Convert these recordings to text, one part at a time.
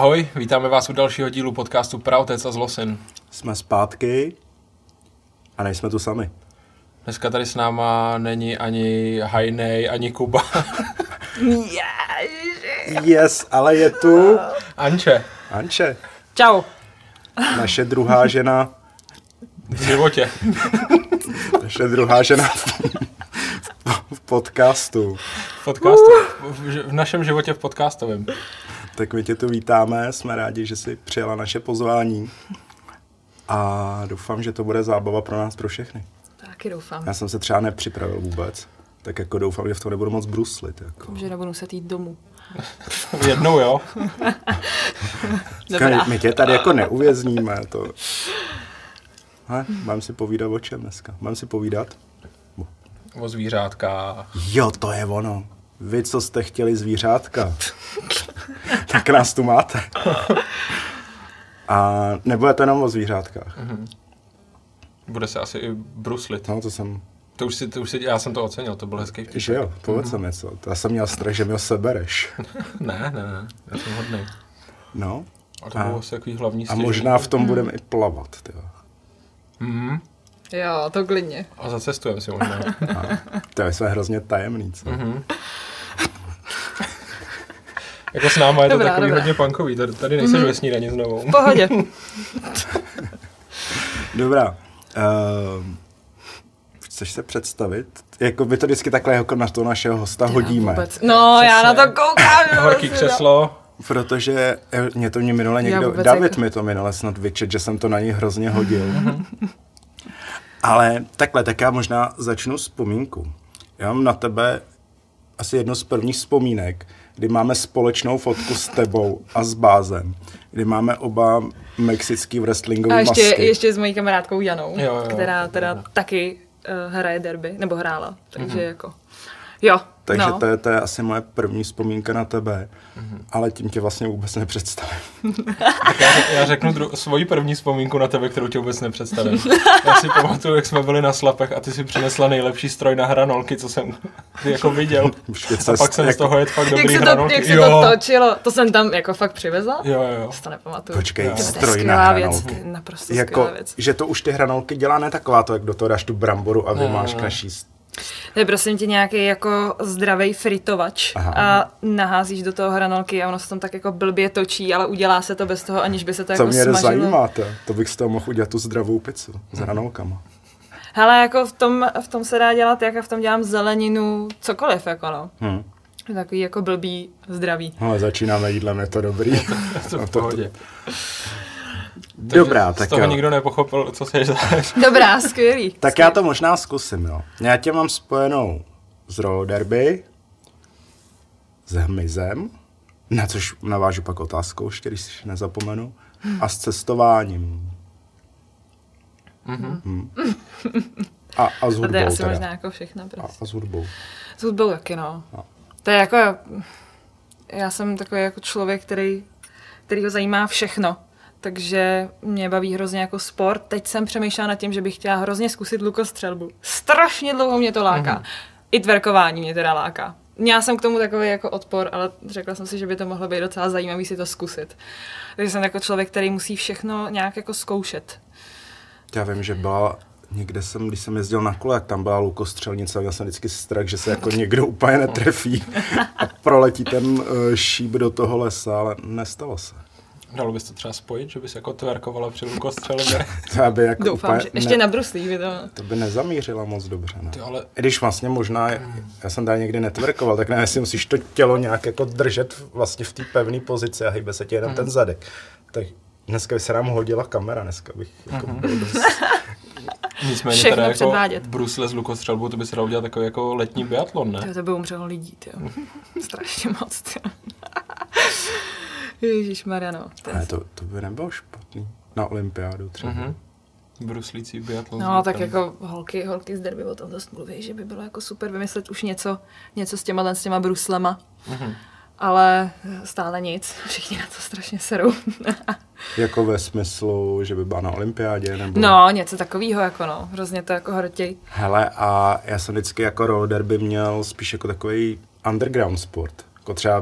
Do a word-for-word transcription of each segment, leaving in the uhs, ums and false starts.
Ahoj, vítáme vás u dalšího dílu podcastu Praotec a Zlosin. Jsme zpátky a nejsme tu sami. Dneska tady s náma není ani Hajnej, ani Kuba. Yes, ale je tu Anče. Anče. Čau. Naše druhá žena V životě. Naše druhá žena v podcastu. V podcastu. V, v našem životě v podcastovém. Tak my tě tu vítáme, jsme rádi, že jsi přijala naše pozvání a doufám, že to bude zábava pro nás, pro všechny. Taky doufám. Já jsem se třeba nepřipravil vůbec, tak jako doufám, že v tom nebudu moc bruslit. Jako. Že nebudu muset jít domů. Jednou, jo? Dobrá. My tě tady jako neuvězníme. To... He, mám si povídat o čem dneska? Mám si povídat? O zvířátkách. Jo, to je ono. Vy, co jste chtěli zvířátka, tak nás tu máte. A nebude to jenom o zvířátkách. Mhm. Bude se asi i bruslit. No, to jsem... To už si, to už si, já jsem to ocenil, to byl hezký vtip. Že jo, povedz mm. něco. Já jsem měl strach, že mi ho sebereš. ne, ne, ne, já jsem hodnej. No. A to bylo asi takový hlavní A stěžení. možná v tom mm. budeme i plavat, tyjo. Mhm. Jo, to klidně. A zacestujeme si možná. To je své hrozně tajemný, co? Mhm. Jako s náma je to Dobrá, takový dobrá. hodně punkový, tady, tady nejseš mm-hmm. ve snídani znovu. V pohodě. Dobrá. Uh, chceš se představit? Jako by to vždycky takhle jako na toho našeho hosta hodíme. Vůbec. No, Přesně. já na to koukám. Horký křeslo. Protože mě to mě minule někdo, vůbec David jako... mi to minule snad vyčet, že jsem to na něj hrozně hodil. Ale takhle, tak já možná začnu vzpomínku. Já mám na tebe asi jednu z prvních vzpomínek, kdy máme společnou fotku s tebou a s Bázem, kdy máme oba mexický wrestlingový A ještě, masky. ještě s mojí kamarádkou Janou, Jo, jo, která teda jo. taky uh, hraje derby, nebo hrála, takže mm-hmm. jako, jo, Takže no. to, je, to je asi moje první vzpomínka na tebe, mm-hmm. ale tím tě vlastně vůbec nepředstavím. Tak já, já řeknu dru- svoji první vzpomínku na tebe, kterou tě vůbec nepředstavím. Já si pamatuju, jak jsme byli na Slapech a ty si přinesla nejlepší stroj na hranolky, co jsem jako viděl. A pak jsem jak, z toho jet fakt Jak dobrý se, to, hranolky. jak se to točilo, to jsem tam jako fakt přivezla? Jo, jo, jo. To nepamatuju. Počkej, To je stroj skvělá na věc, hranolky. to je naprosto jako, skvělá věc. že to už ty hranolky dělá ne taková to, jak do toho dáš tu bramboru a Ne, vymáškneš jí. To je prosím tě nějaký jako zdravej fritovač. Aha. A naházíš do toho hranolky a ono se tam tak jako blbě točí, ale udělá se to bez toho, aniž by se to Co jako mě smažilo. zajímá, to, to bych z toho mohl udělat tu zdravou pizzu s hranolkama. Hele, jako v tom, v tom se dá dělat, jak já v tom dělám zeleninu, cokoliv, jako no. Hmm. Takový jako blbý zdraví. Ale začínáme jídlem, je to dobrý. To No v to- pohodě. Dobrá, Takže tak z toho jo. nikdo nepochopil, co jsi zač. Dobrá, skvělý. Tak já to možná zkusím, jo. Já tě mám spojenou s roller derby, s hmyzem, na což navážu pak otázkou, který si nezapomenu, a s cestováním. Mhm. Hmm. A, a s To je hudbou asi teda. možná jako všechno A, prostě. a s hudbou. S hudbou taky, no. No. To je jako, já jsem takový jako člověk, který, který ho zajímá všechno. Takže mě baví hrozně jako sport. Teď jsem přemýšlela nad tím, že bych chtěla hrozně zkusit lukostřelbu. Strašně dlouho mě to láká. Mm-hmm. I tverkování mě teda láká. Měla jsem k tomu takový jako odpor, ale řekla jsem si, že by to mohlo být docela zajímavý si to zkusit. Takže jsem jako člověk, který musí všechno nějak jako zkoušet. Já vím, že byla, někde jsem, když jsem jezdil na kole, jak tam byla lukostřelnice, měl jsem vždycky strach, že se jako někdo úplně netrefí a proletí ten uh, šíp do toho lesa, ale nestalo se. Dalo bys to třeba spojit, že bys jako tverkovala při lukostřelbě? To by jako Doufám, úplně že ještě ne, na bruslí by to... to by nezamířila moc dobře, ne? Ty ale... I když vlastně možná, já jsem tady někdy netvrkoval, tak nevím, jestli musíš to tělo nějak jako držet vlastně v té pevné pozici a hýbe se ti jenom mm. ten zadek. Tak dneska by se nám hodila kamera, dneska bych jako Mhm. byl dost... Nicméně Všechno teda jako předvádět. brusle s lukostřelbou, to by se dalo udělat takový jako letní biatlon, ne? To, to by umřelo lidí, tyjo. Strašně moc, tyjo. Ježišmarja, no. Ne, to, to by nebylo špatný. Na olympiádu třeba. Mhm. Bruslící biatlon. No, tak jako holky, holky z derby o tom dost mluví, že by bylo jako super vymyslet už něco, něco s těma, s těma bruslema. Mhm. Ale stále nic. Všichni na to strašně serou. Jako ve smyslu, že by byla na olympiádě, nebo... No, něco takového, jako no. Hrozně to jako hrtěj. Hele, a já jsem vždycky jako roller derby měl spíš jako takový underground sport. Jako třeba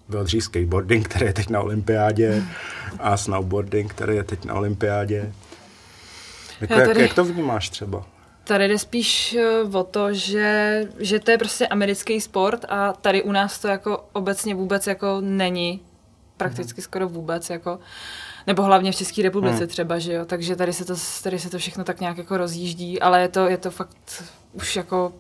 byl dřív skateboarding, který je teď na olympiádě, a snowboarding, který je teď na olympiádě. Jako tady, jak, jak to vnímáš třeba? Tady jde spíš o to, že, že to je prostě americký sport a tady u nás to jako obecně vůbec jako není. Prakticky skoro vůbec, jako, nebo hlavně v České republice hmm. třeba, že jo, takže tady se, to, tady se to všechno tak nějak jako rozjíždí, ale je to, je to fakt už jako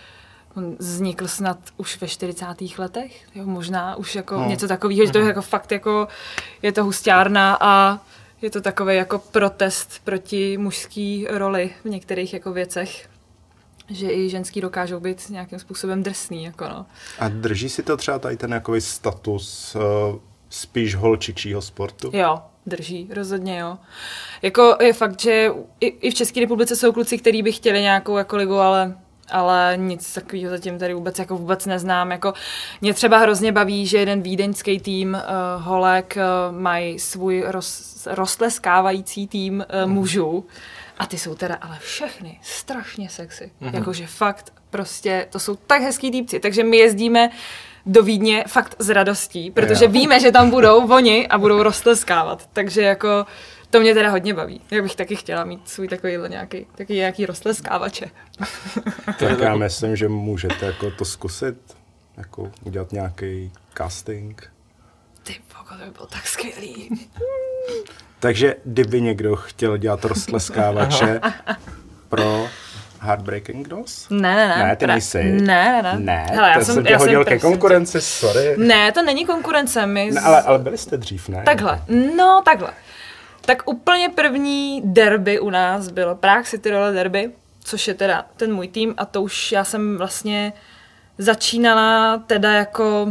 vznikl snad už ve čtyřicátých letech, jo, možná už jako no. něco takového, že to je jako fakt jako, je to hustárna a je to takový jako protest proti mužský roli v některých jako věcech, že i ženský dokážou být nějakým způsobem drsný, jako no. A drží si to třeba tady ten jakový status uh, spíš holčičího sportu? Jo, drží, rozhodně jo. Jako je fakt, že i, i v České republice jsou kluci, kteří by chtěli nějakou jako ligu, ale, ale nic takového zatím tady vůbec jako vůbec neznám. Jako, mě třeba hrozně baví, že jeden vídeňský tým uh, holek uh, mají svůj roz, roztleskávající tým uh, mužů. A ty jsou teda ale všechny strašně sexy. Mm-hmm. Jakože fakt prostě, to jsou tak hezký týpci. Takže my jezdíme do Vídně fakt s radostí, protože yeah. víme, že tam budou oni a budou roztleskávat. Takže jako to mě teda hodně baví. Já bych taky chtěla mít svůj takovýhle nějaký, takový nějaký roztleskávače. Tak já myslím, že můžete jako to zkusit, jako udělat nějaký casting. Ty bogo, to by bylo tak skvělý. Takže kdyby někdo chtěl dělat roztleskávače pro Heartbreaking Dolls? Ne, ne, ne. Ne, ty nejsi. Ne, ne, ne. Ne, hele, já to jsem, jsem tě já hodil jsem ke konkurenci, sorry. Ne, to není konkurence. My z... ne, ale, ale byli jste dřív, ne? Takhle, no takhle. Tak úplně první derby u nás bylo Prague City Roller Derby, což je teda ten můj tým a to už já jsem vlastně začínala teda jako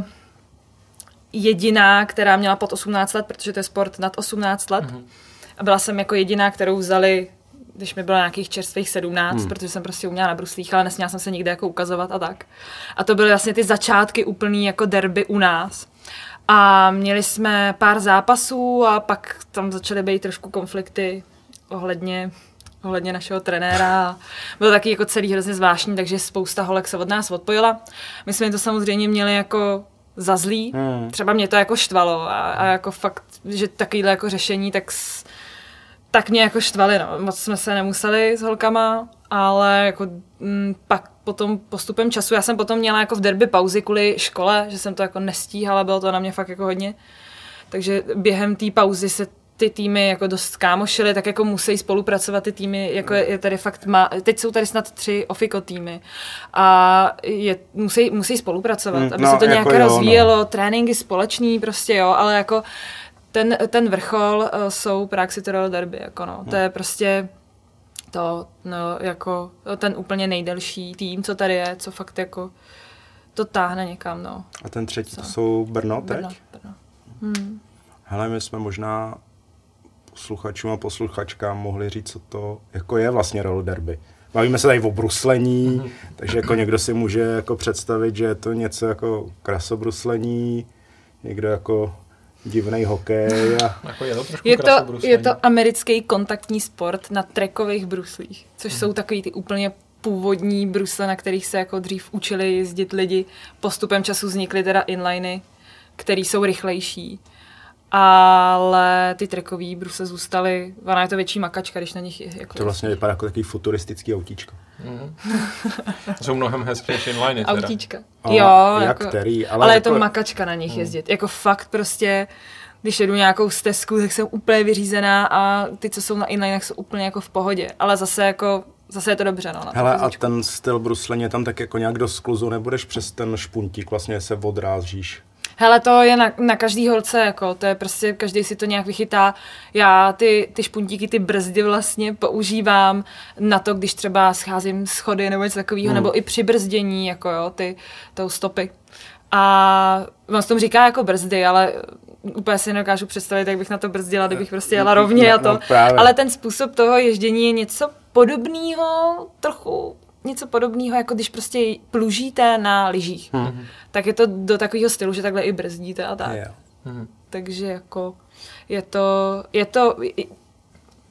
jediná, která měla pod osmnáct let, protože to je sport nad osmnáct let. Mm-hmm. A byla jsem jako jediná, kterou vzali, když mi bylo nějakých čerstvých sedmnáct, mm. protože jsem prostě uměla na bruslích, ale nesměla jsem se nikde jako ukazovat a tak. A to byly vlastně ty začátky úplný jako derby u nás. A měli jsme pár zápasů a pak tam začaly být trošku konflikty ohledně, ohledně našeho trenéra. Bylo taky jako celý hrozně zvláštní, takže spousta holek se od nás odpojila. My jsme to samozřejmě měli jako za zlý. Hmm. Třeba mě to jako štvalo a, a jako fakt, že takovýhle jako řešení, tak, tak mě jako štvali, no. Moc jsme se nemuseli s holkama, ale jako m, pak potom postupem času, já jsem potom měla jako v derby pauzy kvůli škole, že jsem to jako nestíhala, bylo to na mě fakt jako hodně. Takže během té pauzy se ty týmy jako dost kámošily, tak jako musí spolupracovat ty týmy, jako je, je tady fakt má, teď jsou tady snad tři ofiko týmy a je, musí, musí spolupracovat, aby no, se to nějak jako rozvíjelo, no. Tréninky společný prostě, jo, ale jako ten, ten vrchol uh, jsou Prague City Roller Derby, jako no, to je prostě to, no, jako ten úplně nejdelší tým, co tady je, co fakt jako to táhne někam, no. A ten třetí, co? To jsou Brno teď? Brno, Brno. Hmm. Hele, my jsme možná posluchačům a posluchačkám mohli říct, co to jako je vlastně roller derby. Bavíme se tady o bruslení, mm-hmm. takže jako někdo si může jako představit, že je to něco jako krasobruslení, někdo jako divnej hokej. A... Jako je to trošku je, to, je to americký kontaktní sport na trackových bruslích, což mm. jsou takový ty úplně původní brusle, na kterých se jako dřív učili jezdit lidi. Postupem času vznikly teda inliny, které jsou rychlejší. Ale ty trackový brusle zůstaly, ona je to větší makačka, když na nich je. Jako to vlastně vypadá jako takový futuristický autíčko. Mm. Jsou mnohem hezčí než inliny. Autíčka. O, jo, jak jako, který, ale, ale jako... je to makačka na nich mm. jezdit. Jako fakt prostě, když jedu nějakou stezku, tak jsem úplně vyřízená a ty, co jsou na inlinech, jsou úplně jako v pohodě. Ale zase jako, zase je to dobře. No, hele, a ten styl bruslení tam tak jako nějak do skluzu, nebudeš přes ten špuntík, vlastně se odrázíš. Hele, to je na, na každý holce, jako, to je prostě, každý si to nějak vychytá. Já ty, ty špuntíky, ty brzdy vlastně používám na to, když třeba scházím schody nebo něco takového, hmm. nebo i při brzdění, jako jo, ty, tou stopy. A on se tomu říká jako brzdy, ale úplně si nedokážu představit, jak bych na to brzdila, kdybych prostě jela rovně a to. No, ale ten způsob toho ježdění je něco podobného, trochu něco podobného, jako když prostě plužíte na lyžích. Hmm. Tak je to do takového stylu, že takhle i brzdíte a tak. Yeah. Hmm. Takže jako je to, je to,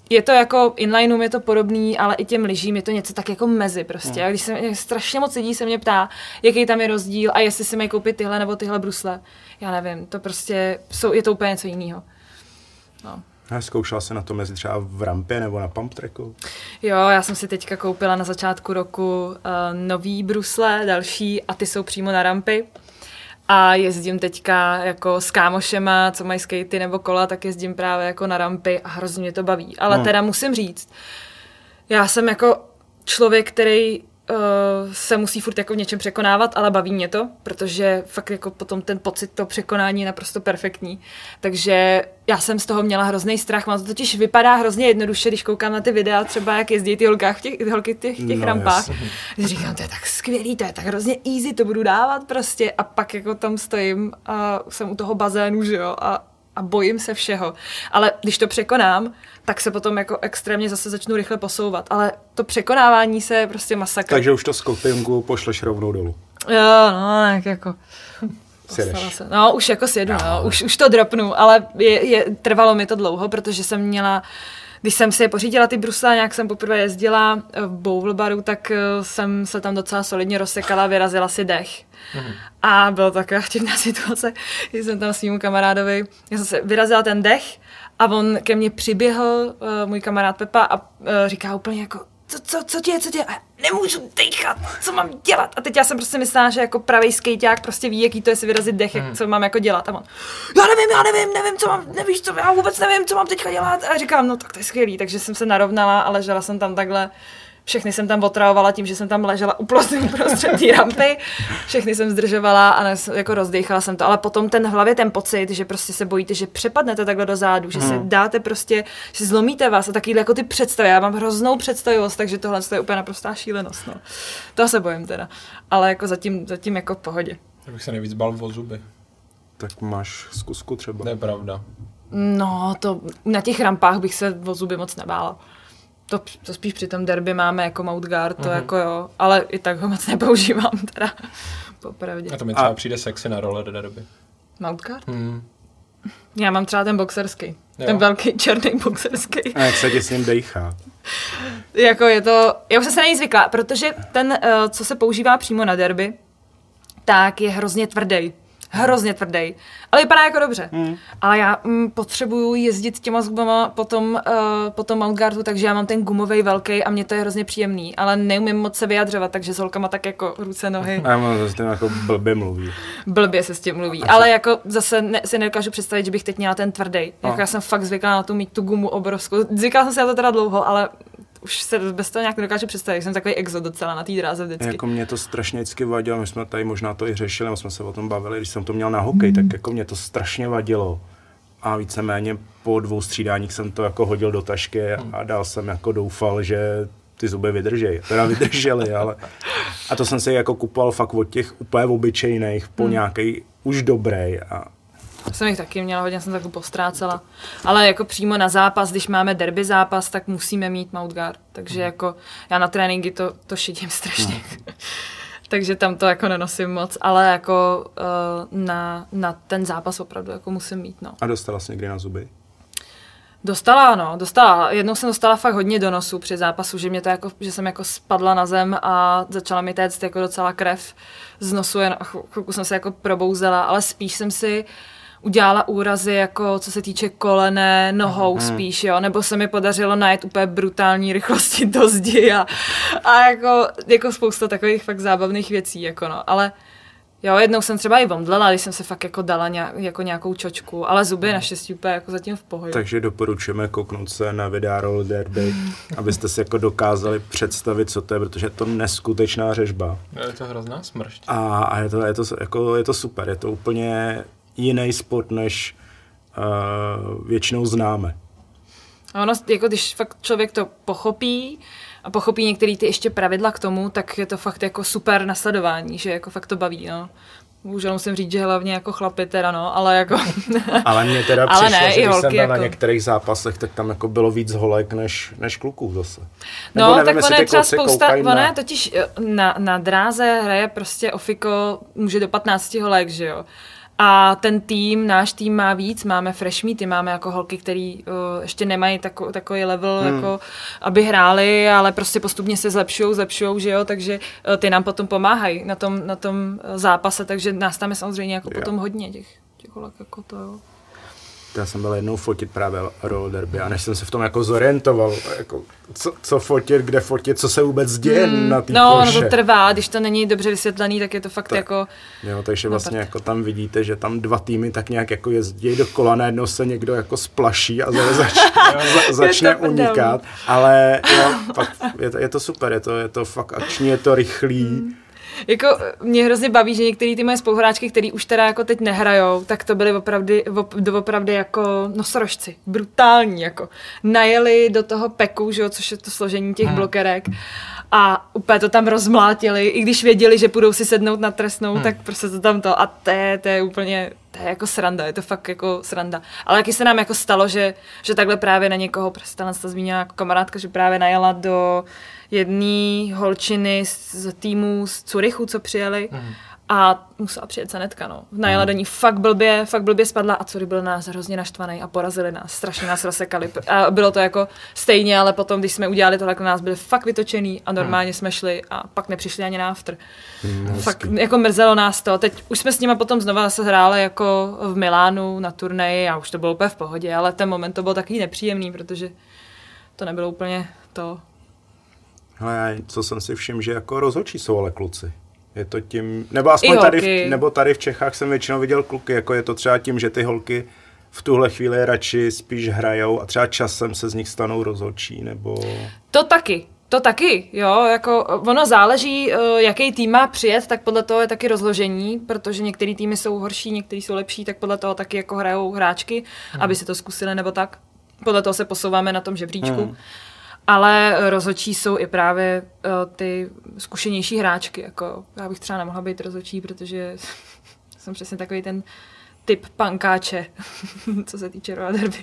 je to jako inlineům je to podobný, ale i těm lyžím je to něco tak jako mezi prostě. A když se strašně moc lidí se mě ptá, jaký tam je rozdíl a jestli si mají koupit tyhle nebo tyhle brusle. Já nevím, to prostě jsou, je to úplně něco jiného. No. A zkoušela se na to mezi třeba v rampě nebo na pump tracku? Jo, já jsem si teďka koupila na začátku roku uh, nový brusle, další a ty jsou přímo na rampy. A jezdím teďka jako s kámošema, co mají skatey nebo kola, tak jezdím právě jako na rampy a hrozně mě to baví. Ale hmm. teda musím říct, já jsem jako člověk, který uh, se musí furt jako v něčem překonávat, ale baví mě to, protože fakt jako potom ten pocit to překonání je naprosto perfektní. Takže já jsem z toho měla hrozný strach, mám to totiž vypadá hrozně jednoduše, když koukám na ty videa, třeba jak jezdí ty holky v těch, holky v těch, těch no, rampách. Říkám, to je tak skvělý, to je tak hrozně easy, to budu dávat prostě a pak jako tam stojím a jsem u toho bazénu, že jo, a, a bojím se všeho. Ale když to překonám, tak se potom jako extrémně zase začnu rychle posouvat. Ale to překonávání se je prostě masakr. Takže už to z scopingu pošleš rovnou dolů. Jo, no, tak jako... Se. No, už jako sjedu, no. no. Už, už to dropnu, ale je, je, trvalo mi to dlouho, protože jsem měla, když jsem si je pořídila ty brusle, nějak jsem poprvé jezdila v Bowlbaru, tak jsem se tam docela solidně rozsekala, vyrazila si dech. Mhm. A byla taková vtipná situace, když jsem tam s mým kamarádovi, já jsem se vyrazila ten dech a on ke mně přiběhl, uh, můj kamarád Pepa, a uh, říká úplně jako, co, co, co tě je, co tě je? A já nemůžu dechat, co mám dělat? A teď já jsem prostě myslela, že jako pravej skejťák prostě ví, jaký to je si vyrazit dech, jak, co mám jako dělat. A on, já nevím, já nevím, nevím, co mám, nevíš co, já vůbec nevím, co mám teďka dělat. A říkám, no tak to je skvělý, takže jsem se narovnala a ležela jsem tam takhle. Všechny jsem tam otravovala tím, že jsem tam ležela uprostřed té rampy. Všechny jsem zdržovala a ne, jako rozdýchala jsem to. Ale potom ten v hlavě ten pocit, že prostě se bojíte, že přepadnete takhle do zádu, že hmm. se dáte prostě, že zlomíte vás a takovýhle jako ty představy. Já mám hroznou představivost, takže tohle je úplně naprostá šílenost. No. To se bojím teda. Ale jako zatím, zatím jako v pohodě. Já bych se nejvíc bál o zuby. Tak máš zkusku třeba. To je pravda. No, to na těch rampách bych se o zuby moc nebála. To, to spíš při tom derby máme jako mountguard, to uh-huh. jako jo, ale i tak ho moc nepoužívám teda, popravdě. A to mi třeba a... přijde sexy na roller derby. Mountguard? Hmm. Já mám třeba ten boxerský, jo. Ten velký černý boxerský. A jak se ti s ním dejchá? Jako je to, já už jsem se na něj zvykla, protože ten, co se používá přímo na derby, tak je hrozně tvrdý. Hrozně tvrdý, ale vypadá jako dobře. Mm. Ale já mm, potřebuju jezdit těma zubama po tom, uh, po tom mountguardu, takže já mám ten gumovej velký a mě to je hrozně příjemný, ale neumím moc se vyjadřovat, takže s holkama tak jako ruce, nohy. A já mám s tím jako blbě mluví. Blbě se s tím mluví, a ale se... jako zase ne, si nedokážu představit, že bych teď měla ten tvrdý. Jako já jsem fakt zvyklá na to mít tu gumu obrovskou. Zvykla jsem si na to teda dlouho, ale už se bez toho nějak nedokážu představit, jsem takový exo docela na té dráze vždycky. Jako mě to strašně vždycky vadilo, my jsme tady možná to i řešili, my jsme se o tom bavili, když jsem to měl na hokej, mm. tak jako mě to strašně vadilo. A víceméně po dvou střídáních jsem to jako hodil do tašky mm. a dál jsem jako doufal, že ty zuby vydržej. Teda vydržely, ale... A to jsem si jako kupoval fakt od těch úplně obyčejných po mm. nějaký už dobrý a jsem jich taky měla, hodně jsem taky postrácela. Ale jako přímo na zápas, když máme derby zápas, tak musíme mít mountguard. Takže jako já na tréninky to, to šidím strašně. Takže tam to jako nenosím moc, ale jako uh, na, na ten zápas opravdu jako musím mít, no. A dostala jsi někdy na zuby? Dostala, no, dostala. Jednou jsem dostala fakt hodně do nosu při zápasu, že mě to jako, že jsem jako spadla na zem a začala mi téct jako docela krev z nosu, jen chvilku jsem se jako probouzela, ale spíš jsem si udělala úrazy, jako co se týče kolene, nohou hmm. spíš, jo, nebo se mi podařilo najet úplně brutální rychlosti do zdi a, a jako, jako spousta takových fakt zábavných věcí, jako no, ale jo, jednou jsem třeba i omdlela, když jsem se fakt jako dala nějak, jako nějakou čočku, ale zuby naštěstí úplně jako zatím v pohodě. Takže doporučujeme kouknout se na videa roller derby, abyste si jako dokázali představit, co to je, protože je to neskutečná řežba. Je to hrozná smršť. A, a je, to, je, to, jako, je to super, je to úplně jiný sport, než uh, většinou známe. A ono, jako když fakt člověk to pochopí a pochopí některé ty ještě pravidla k tomu, tak je to fakt jako super nasledování, že jako fakt to baví, no. Bohužel musím říct, že hlavně jako chlapi teda, no, ale jako... Ale mně teda přišlo, ne, že když jsem byl jako... na některých zápasech, tak tam jako bylo víc holek než, než kluků zase. Nebo no, nevím, tak ono je třeba spousta, ono na... totiž na, na dráze hraje prostě ofiko, může do patnácti holek, že jo. A ten tým, náš tým má víc, máme fresh meaty, máme jako holky, který uh, ještě nemají tako, takový level, hmm. jako, aby hráli, ale prostě postupně se zlepšujou, zlepšujou, že jo, takže uh, ty nám potom pomáhají na tom, na tom zápase, takže nás tam je samozřejmě jako jo. potom hodně těch, těch holek, jako to jo. Já jsem byl jednou fotit právě roller derby a než jsem se v tom jako zorientoval, jako co, co fotit, kde fotit, co se vůbec děje mm, na té No, ono to trvá, když to není dobře vysvětlený, tak je to fakt tak, jako... Jo, takže vlastně jako tam vidíte, že tam dva týmy tak nějak jako jezdí dokola, najednou se někdo jako splaší a zač, za, začne unikat, ale jo, pak je to, je to super, je to, je to fakt akční, je to rychlý. Mm. Jako mě hrozně baví, že některý ty moje spoluhráčky, který už teda jako teď nehrajou, tak to byly opravdu, doopravdy jako nosorožci, brutální, jako najeli do toho peku, že jo, což je to složení těch hmm. blokerek a úplně to tam rozmlátili, i když věděli, že půjdou si sednout na trestnou, hmm. tak prostě to tam to a to je, to je úplně, to je jako sranda, je to fakt jako sranda. Ale taky se nám jako stalo, že, že takhle právě na někoho, prostě ta zmínila jako kamarádka, že právě najela do jedné holčiny z týmu z Curychu, co přijeli mm. a musela přijet sanetka, no. Najela mm. do ní fakt blbě, fakt blbě spadla a Curych byl nás hrozně naštvaný a porazili nás, strašně nás rozsekali. A bylo to jako stejně, ale potom, když jsme udělali tohle, nás byli fakt vytočený a normálně mm. jsme šli a pak nepřišli ani na after. Mm, fakt hezky. Jako mrzelo nás to. Teď už jsme s nima potom znova se hráli jako v Milánu na turnaji a už to bylo úplně v pohodě, ale ten moment to byl takový nepříjemný, protože to nebylo úplně to. Hele, co jsem si všiml, že jako rozhodčí jsou ale kluci. Je to tím, nebo aspoň tady v, nebo tady v Čechách jsem většinou viděl kluky, jako je to třeba tím, že ty holky v tuhle chvíli radši spíš hrajou a třeba časem se z nich stanou rozhodčí, nebo... To taky, to taky, jo, jako ono záleží, jaký tým má přijet, tak podle toho je taky rozložení, protože některý týmy jsou horší, některý jsou lepší, tak podle toho taky jako hrajou hráčky, hmm. aby si to zkusili nebo tak. Podle toho se posouváme na tom žebříčku. Hmm. Ale rozhodčí jsou i právě uh, ty zkušenější hráčky. Jako, já bych třeba nemohla být rozhodčí, protože jsem přesně takový ten typ pankáče, co se týče roller derby.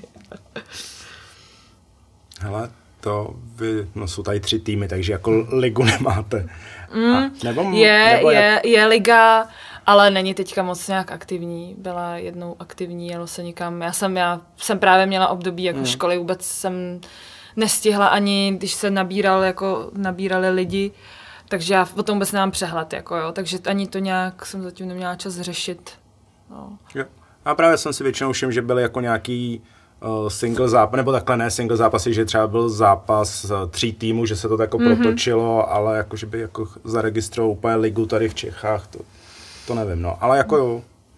Hele, to vy, no jsou tady tři týmy, takže jako ligu nemáte. Mm, A, nebo, je, nebo je, jak... je liga, ale není teďka moc nějak aktivní. Byla jednou aktivní, jelo se někam. Já jsem, já jsem právě měla období jako mm. školy, vůbec jsem nestihla ani, když se nabíral, jako, nabírali lidi, takže já o tom vůbec nemám přehled, jako, jo, takže ani to nějak jsem zatím neměla čas řešit. No. Jo. A právě jsem si většinou všiml, že byly jako nějaký uh, single zápas, nebo takhle ne single zápasy, že třeba byl zápas uh, tří týmů, že se to tak mm-hmm. protočilo, ale jako, že by jako zaregistroval úplně ligu tady v Čechách, to, to nevím, no, ale jako jo.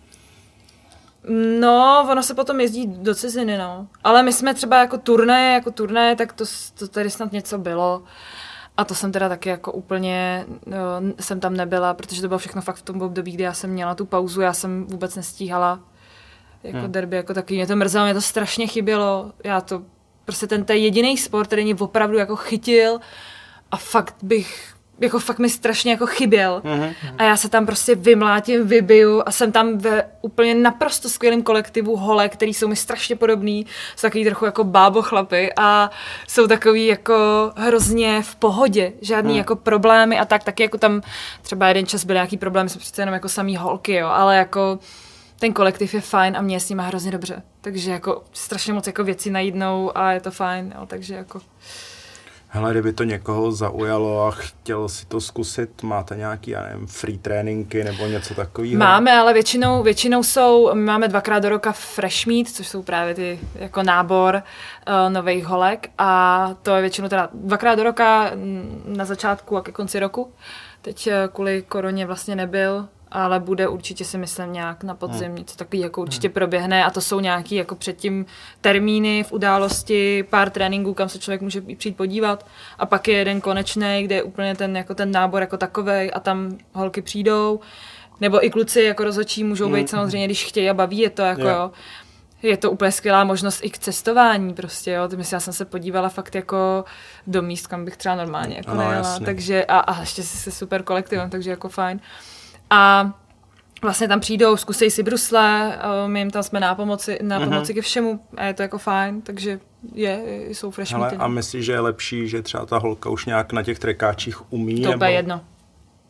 No, ono se potom jezdí do ciziny, no. Ale my jsme třeba jako turné, jako turné, tak to, to tady snad něco bylo. A to jsem teda taky jako úplně, no, jsem tam nebyla, protože to bylo všechno fakt v tom období, kdy já jsem měla tu pauzu, já jsem vůbec nestíhala jako hmm. derby, jako takový. Mě to mrzelo, mě to strašně chybělo. Já to, prostě ten, ten jediný sport, který mě opravdu jako chytil a fakt bych... jako fakt mi strašně jako chyběl. Mm-hmm. A já se tam prostě vymlátím, vybiju a jsem tam ve úplně naprosto skvělém kolektivu holek, který jsou mi strašně podobný, jsou takový trochu jako bábo chlapy a jsou takový jako hrozně v pohodě, žádný mm. jako problémy a tak, taky jako tam třeba jeden čas byly nějaký problémy, jsou přece jenom jako samý holky, jo, ale jako ten kolektiv je fajn a mě je s nima hrozně dobře. Takže jako strašně moc jako věcí najdnou a je to fajn, jo, takže jako... Hele, kdyby to někoho zaujalo a chtěl si to zkusit, máte nějaký, já nevím, free tréninky nebo něco takového? Máme, ale většinou, většinou jsou, my máme dvakrát do roka fresh meet, což jsou právě ty jako nábor uh, nových holek a to je většinou teda dvakrát do roka na začátku a ke konci roku. Teď uh, kvůli koroně vlastně nebyl, ale bude určitě si myslím nějak na podzim hmm. něco takový jako určitě hmm. proběhne a to jsou nějaký jako předtím termíny v události, pár tréninků, kam se člověk může přijít podívat a pak je jeden konečný, kde je úplně ten, jako ten nábor jako takovej a tam holky přijdou, nebo i kluci jako rozhodčí můžou být hmm. samozřejmě, když chtějí a baví je to jako yeah. jo. Je to úplně skvělá možnost i k cestování prostě, jo. Myslím, já jsem se podívala fakt jako do míst, kam bych třeba normálně jako no, nejela, takže a, a ještě se super kolektivem, takže jako fajn. A vlastně tam přijdou, zkusej si brusle, my jim tam jsme na pomoci, na pomoci mm-hmm. ke všemu a je to jako fajn, takže je, jsou fresh meety. A myslíš, že je lepší, že třeba ta holka už nějak na těch trekáčích umí? To nebo... je jedno.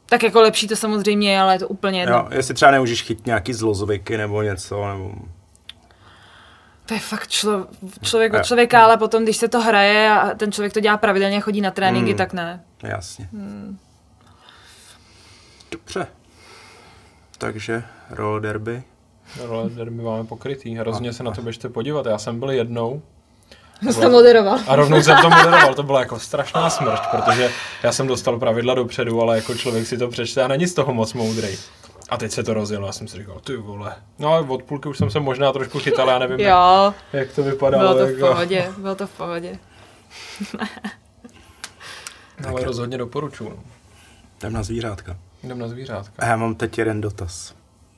Tak jako lepší to samozřejmě je, ale je to úplně jedno. Jo, jestli třeba nemůžeš chytit nějaký zlozvyky nebo něco, nebo... To je fakt člo, člověk od člověka, ale potom, když se to hraje a ten člověk to dělá pravidelně, chodí na tréninky, hmm. tak ne. Jasně. Hmm. Dobře. Takže roller derby. Roller derby máme pokrytý. Hrozně se na to běžte podívat. Já jsem byl jednou. Jsi to moderoval. A rovnou jsem to moderoval. To byla jako strašná smršť, protože já jsem dostal pravidla dopředu, ale jako člověk si to přečte a není z toho moc moudrej. A teď se to rozjelo, já jsem si říkal, ty vole. No od půlky už jsem se možná trošku chytal, já nevím, jo, jak, jak to vypadalo. Bylo to jako... v pohodě, bylo to v pohodě. No, ale rozhodně doporučuji. Jdem na zvířátka. Jdem na zvířátka. A já mám teď jeden dotaz.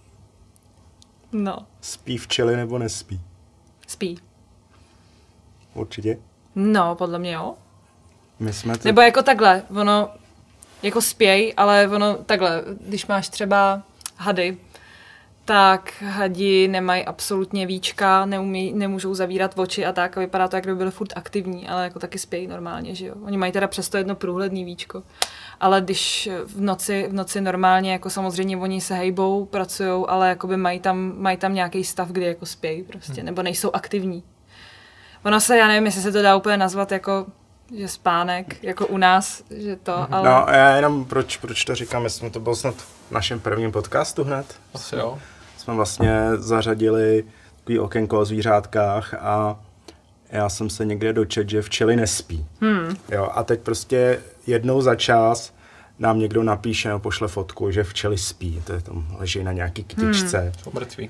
No. Spí včely nebo nespí? Spí. Určitě? No, podle mě jo. My jsme to... Nebo jako takhle, ono jako spěj, ale ono takhle, když máš třeba hady, tak hadi nemají absolutně víčka, neumí, nemůžou zavírat oči a tak a vypadá to, jak kdyby byly furt aktivní, ale jako taky spějí normálně, že jo. Oni mají teda přesto jedno průhledný víčko, ale když v noci, v noci normálně, jako samozřejmě oni se hejbou, pracujou, ale jakoby mají tam, mají tam nějaký stav, kdy jako spějí prostě, nebo nejsou aktivní. Ono se, já nevím, jestli se to dá úplně nazvat jako že spánek, jako u nás, že to, ale... No, já jenom, proč, proč to říkám, my jsme to bylo snad v našem prvním podcastu hned. Asi jo. Jsme vlastně zařadili takový okénko o zvířátkách a já jsem se někde dočetl, že včely nespí. Hmm. Jo, a teď prostě jednou za čas nám někdo napíše nebo pošle fotku, že včely spí. To je tam leží na nějaký kytičce. Hmm. Jsou mrtví.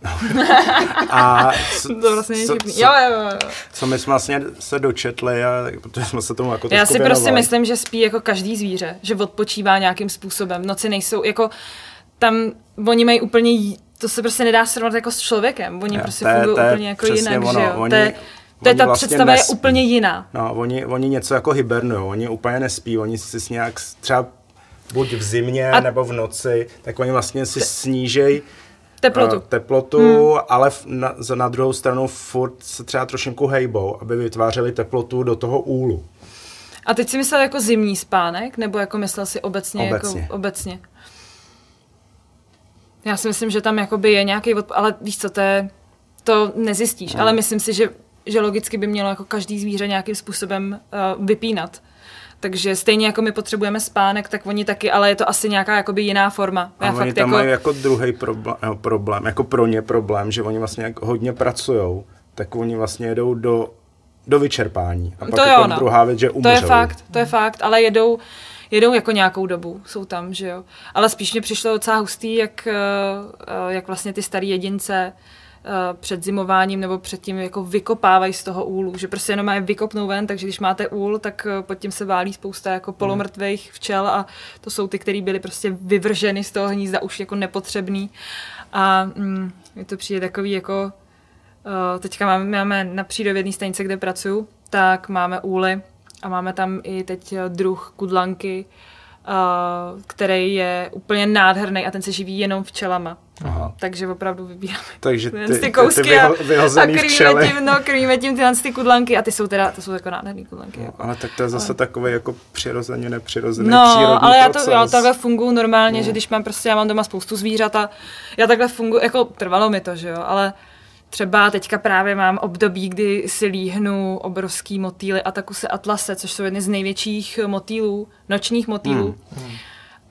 A co, to vlastně co, co, jo, jo, jo. co my jsme vlastně se dočetli, a, protože jsme se tomu jako Já si věnovali. prostě myslím, že spí jako každý zvíře, že odpočívá nějakým způsobem. V noci nejsou, jako tam, oni mají úplně, to se prostě nedá srovnat jako s člověkem, oni je, prostě te, fungují te, úplně jako jinak, ono, že jo. Oni, to je, to je ta vlastně představa nespí. je úplně jiná. No, oni, oni něco jako hibernujou, oni úplně nespí, oni si nějak třeba buď v zimě a nebo v noci, tak oni vlastně si snížejí Teplotu. Uh, teplotu, hmm. ale na, na druhou stranu furt se třeba trošinku hejbou, aby vytvářeli teplotu do toho úlu. A teď si myslel jako zimní spánek, nebo jako myslel si obecně? Obecně. Jako obecně. Já si myslím, že tam jakoby je nějaký, odp- ale víš co, to, je, to nezjistíš, hmm. ale myslím si, že, že logicky by mělo jako každý zvíře nějakým způsobem uh, vypínat. Takže stejně jako my potřebujeme spánek, tak oni taky, ale je to asi nějaká jakoby jiná forma. Já Já oni fakt tam jako... mají jako druhý problém, no, problém, jako pro ně problém, že oni vlastně jak hodně pracujou, tak oni vlastně jedou do, do vyčerpání. A pak to je tam druhá věc, že umřou. To je fakt, to je fakt, ale jedou, jedou jako nějakou dobu, jsou tam, že jo. Ale spíš mě přišlo docela hustý, jak, jak vlastně ty starý jedince před zimováním nebo před tím jako vykopávají z toho úlu, že prostě jenom je vykopnou ven, takže když máte úl, tak pod tím se válí spousta jako polomrtvých včel a to jsou ty, které byly prostě vyvrženy z toho hnízda už jako nepotřebný a mm, je to přijde takový jako uh, teďka máme, máme na přírodovědné stanici, kde pracuju, tak máme úly a máme tam i teď druh kudlanky, Uh, který je úplně nádherný a ten se živí jenom včelama. Aha. Takže opravdu vybíráme Takže ty, ty kousky ty, ty vyho, vyhozený a krmíme včely. tím, no, krmíme tím tyhle ty kudlanky a ty jsou teda, to jsou jako nádherný kudlanky. No, jako. ale tak to je zase ale... takový jako přirozeně nepřirozený no, přírodní ale já, proces. to, já takhle funguji normálně, no. že když mám prostě, já mám doma spoustu zvířat a já takhle funguji, jako trvalo mi to, že jo, ale třeba teďka právě mám období, kdy si líhnu obrovský motýly Attacuse atlase, což jsou jedny z největších motýlů, nočních motýlů. Hmm. Hmm.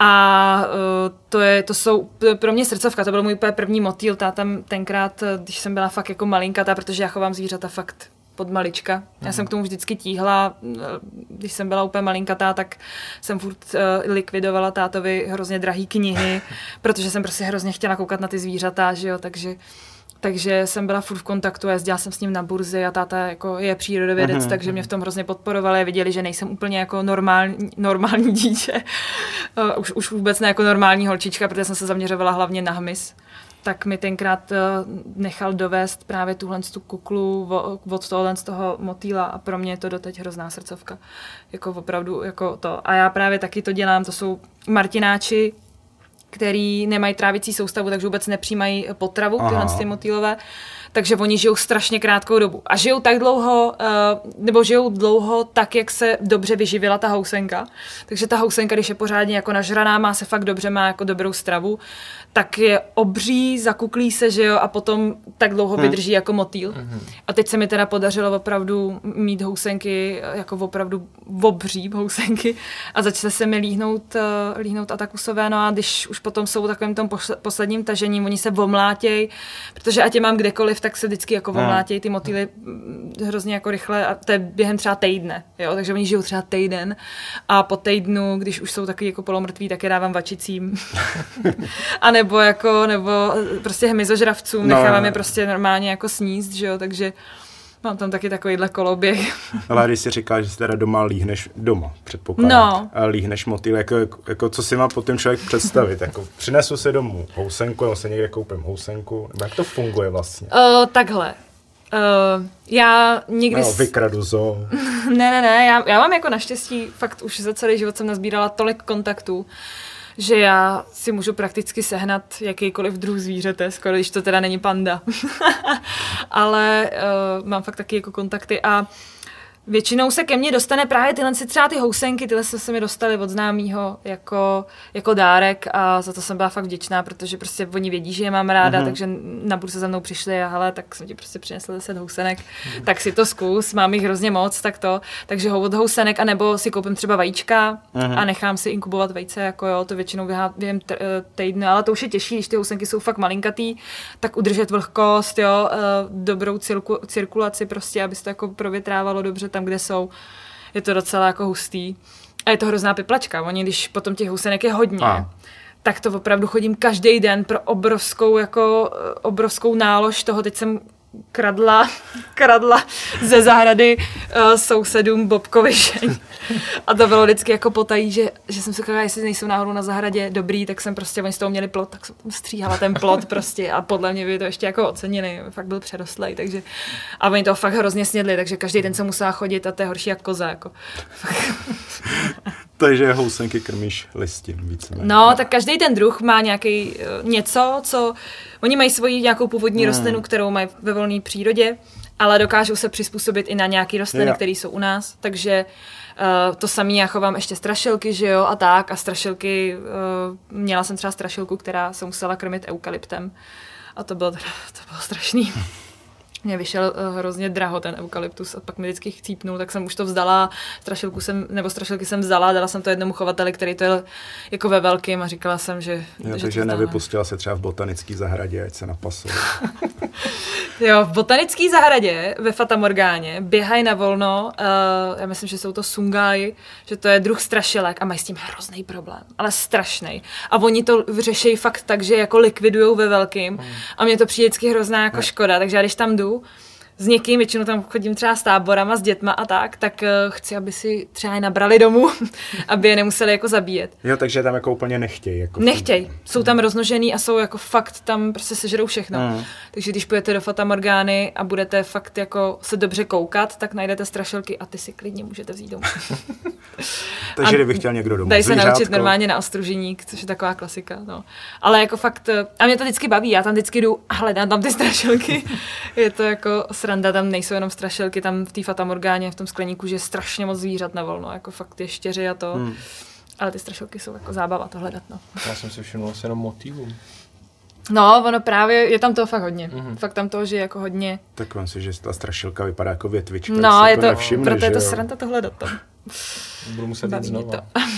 A uh, to, je, to jsou pro mě srdcovka, to byl můj první motýl, ta tam tenkrát, když jsem byla fakt jako malinkatá, protože já chovám zvířata fakt pod malička. Hmm. Já jsem k tomu vždycky tíhla, když jsem byla úplně malinkatá, tak jsem furt uh, likvidovala tátovi hrozně drahý knihy, protože jsem prostě hrozně chtěla koukat na ty zvířata, že jo, takže Takže jsem byla furt v kontaktu, jezdila jsem s ním na burzy a táta jako je přírodovědec, mm-hmm. takže mě v tom hrozně podporovali. Viděli, že nejsem úplně jako normální, normální dítě. Uh, už, už vůbec ne jako normální holčička, protože jsem se zaměřovala hlavně na hmyz. Tak mi tenkrát uh, nechal dovést právě tuhle tu kuklu od tohohle z toho motýla a pro mě je to doteď hrozná srdcovka. Jako opravdu jako to. A já právě taky to dělám, to jsou martináči, který nemají trávicí soustavu, takže vůbec nepřijímají potravu, tyhle ty motýlové. takže oni žijou strašně krátkou dobu. A žijou tak dlouho, nebo žijou dlouho tak, jak se dobře vyživila ta housenka. Takže ta housenka, když je pořádně jako nažraná, má se fakt dobře, má jako dobrou stravu, tak je obří, zakuklí se, že jo, a potom tak dlouho hmm. vydrží jako motýl. Hmm. A teď se mi teda podařilo opravdu mít housenky, jako opravdu obří housenky a začaly se mi líhnout, líhnout atakusové, no a když už potom jsou v takovém tom posledním tažení, oni se omlátěj, protože ať je mám kdekoliv, tak se vždycky jako omlátěj ty motýly hrozně jako rychle a to je během třeba týdne, jo, takže oni žijou třeba týden a po týdnu, když už jsou taky jako polomrtví, tak je dávám vačicím. A nebo jako, nebo prostě hmyzožravcům, no, nechávám je prostě normálně jako sníst, že jo, takže mám tam taky takovýhle koloběh. Ale když si říkáš, že jsi teda doma líhneš, doma předpokládám, no. líhneš motýl, jako, jako co si má potom člověk představit, jako přinesu si domů housenku, nebo se někde koupím housenku, nebo jak to funguje vlastně? Uh, takhle. Uh, já nikdy... No, vykradu zoo. ne, ne, ne, já, já mám jako naštěstí, fakt už za celý život jsem nazbírala tolik kontaktů, že já si můžu prakticky sehnat jakýkoliv druh zvířete, skoro když to teda není panda. Ale uh, mám fakt taky jako kontakty a většinou se ke mně dostane právě tyhle třeba ty housenky, tyhle se mi dostaly od známýho jako, jako dárek a za to jsem byla fakt vděčná, protože prostě oni vědí, že je mám ráda, mm-hmm. takže na burze za mnou přišli a hele, tak jsem ti prostě přinesla deset housenek, mm-hmm. tak si to zkus, mám jich hrozně moc, tak to, takže od housenek, anebo si koupím třeba vajíčka mm-hmm. a nechám si inkubovat vejce, jako jo, to většinou během týdne, ale to už je těžší, když ty housenky jsou fakt malinkatý, tak udržet vlhkost, jo, dobrou cirku, cirkulaci prostě, aby se to jako provětrávalo dobře tam, kde jsou, je to docela jako hustý. A je to hrozná piplačka. Oni, když potom těch housenek je hodně, a. tak to opravdu chodím každý den pro obrovskou, jako, obrovskou nálož toho. Teď jsem kradla, kradla ze zahrady uh, sousedům bobkovi žeň. A to bylo vždycky jako potají, že, že jsem si říkala, jestli nejsou náhodou na zahradě dobrý, tak jsem prostě, oni z toho měli plot, tak jsem stříhala ten plot prostě a podle mě by to ještě jako ocenili, fakt byl přerostlej, takže a oni to fakt hrozně snědli, takže každý den jsem musela chodit a to je horší jak koza, jako. Takže housenky krmíš listin více. No, tak každý ten druh má nějaký uh, něco, co oni mají svoji nějakou původní hmm. rostlinu, kterou mají ve volné přírodě, ale dokážou se přizpůsobit i na nějaký rostliny, yeah. které jsou u nás, takže uh, to samé já chovám ještě strašilky, že jo, a tak a strašilky, uh, měla jsem třeba strašilku, která se musela krmit eukalyptem a to bylo, to bylo strašný. Mně vyšel uh, hrozně draho ten eukalyptus a pak mi vždycky chcípnul, tak jsem už to vzdala, strašilku jsem, nebo strašilky jsem vzala, dala jsem to jednomu chovateli, který to je jako ve velkým a říkala jsem, že... Jo, že takže nevypustila se třeba v botanické zahradě, ať se napasuje. Jo, v botanické zahradě ve Fatamorgáně běhají na volno, uh, já myslím, že jsou to sungai, že to je druh strašilek a mají s tím hrozný problém, ale strašný. A oni to řeší fakt tak, že jako likvidujou ve velkým hmm. a mně to přijde vždycky hrozná jako ne. škoda, takže já když tam jdu s někým, většinou tam chodím třeba s táborama, s dětma a tak, tak uh, chci, aby si třeba je nabrali domů, aby je nemuseli jako zabíjet. Jo, takže tam jako úplně nechtějí. Jako nechtějí. Jsou tam roznožený a jsou jako fakt tam prostě sežerou všechno. Mm. Takže když půjdete do Fatamorgány a budete fakt jako se dobře koukat, tak najdete strašilky a ty si klidně můžete vzít domů. Takže kdyby chtěl někdo domů. Dají se naučit normálně na ostruženík, což je taková klasika. No. Ale jako fakt, a mě to vždycky baví, já tam vždycky jdu a hledám tam ty strašilky. Je to jako sranda, tam nejsou jenom strašilky, tam v té Fatamorgáně, v tom skleníku, že je strašně moc zvířat na volno, jako fakt je štěři a to. Hmm. Ale ty strašilky jsou jako zábava to hledat, no. Já jsem si všiml asi jenom motýlů. No, ono právě, je tam toho fakt hodně. Mm-hmm. Fakt tam toho, že je jako hodně. Tak vám si, že ta strašilka vypadá jako větvička. No, je to, nevšimne, proto je to sranda to hledat tam. Budu muset jít znova.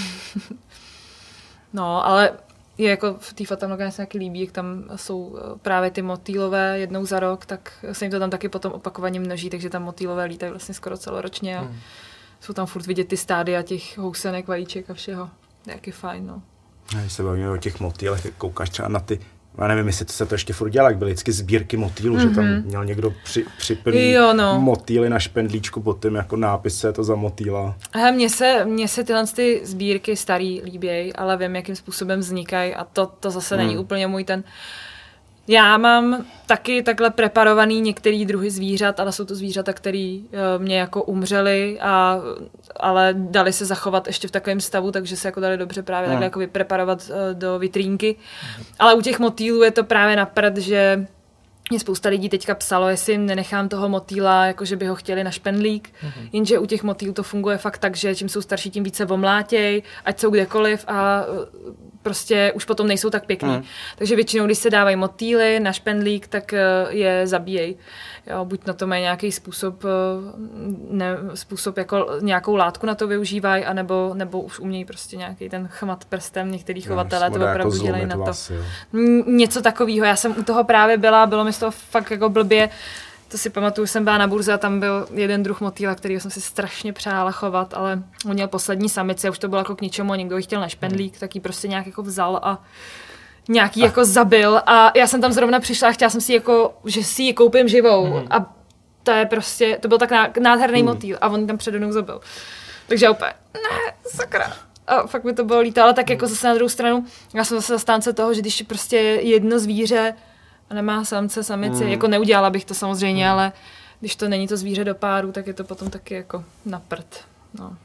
No, ale je jako v té Fatamorgáně se taky líbí, jak tam jsou právě ty motýlové jednou za rok, tak se jim to tam taky potom opakovaně množí, takže tam motýlové lítají vlastně skoro celoročně a mm. jsou tam furt vidět ty stádia těch housenek, vajíček a všeho. Jaký fajn, no. Když se bavíme o těch motýlech, koukáš třeba na ty, já nevím, jestli to se to ještě furt dělá, jak byly vždycky sbírky motýlů, mm-hmm. že tam měl někdo při, připlný no. motýly na špendlíčku pod tím jako nápis, co je to za motýla. Hele, mně se, mně se tyhle ty sbírky starý líbějí, ale vím, jakým způsobem vznikají a to, to zase mm. není úplně můj ten... Já mám taky takhle preparovaný některý druhy zvířat, ale jsou to zvířata, které mě jako umřely, a, ale dali se zachovat ještě v takovém stavu, takže se jako dali dobře právě no. takhle jako vypreparovat do vitrínky. Ale u těch motýlů je to právě na prd, že mě spousta lidí teďka psalo, jestli jim nenechám toho motýla, jakože by ho chtěli na špendlík, mm-hmm. jenže u těch motýlů to funguje fakt tak, že čím jsou starší, tím více omlátěj, ať jsou kdekoliv a prostě už potom nejsou tak pěkný. Mm. Takže většinou, když se dávají motýly na špendlík, tak je zabíjej. Jo, buď na to mají nějaký způsob, ne, způsob jako nějakou látku na to využívají, anebo nebo už umějí prostě nějaký ten chmat prstem, některý chovatelé to opravdu jako dělají na to. Vás, něco takového. Já jsem u toho právě byla, bylo mi z toho fakt jako blbě. To si pamatuju, jsem byla na burze a tam byl jeden druh motýla, kterýho jsem si strašně přála chovat, ale on měl poslední samici a už to bylo jako k ničemu a někdo ji chtěl na špendlík, hmm. tak ji prostě nějak jako vzal a nějaký a. jako zabil a já jsem tam zrovna přišla a chtěla jsem si jako, že si ji koupím živou hmm. a to je prostě, to byl tak nádherný hmm. motýl a on tam přede mnou zabil. Takže úplně, ne, sakra. A fakt mi to bylo líto, ale tak jako zase na druhou stranu, já jsem zase zastánce toho, že když je prostě jedno zvíře a nemá samce, samici, mm. jako neudělala bych to samozřejmě, mm. ale když to není to zvíře do páru, tak je to potom taky jako na prd. No.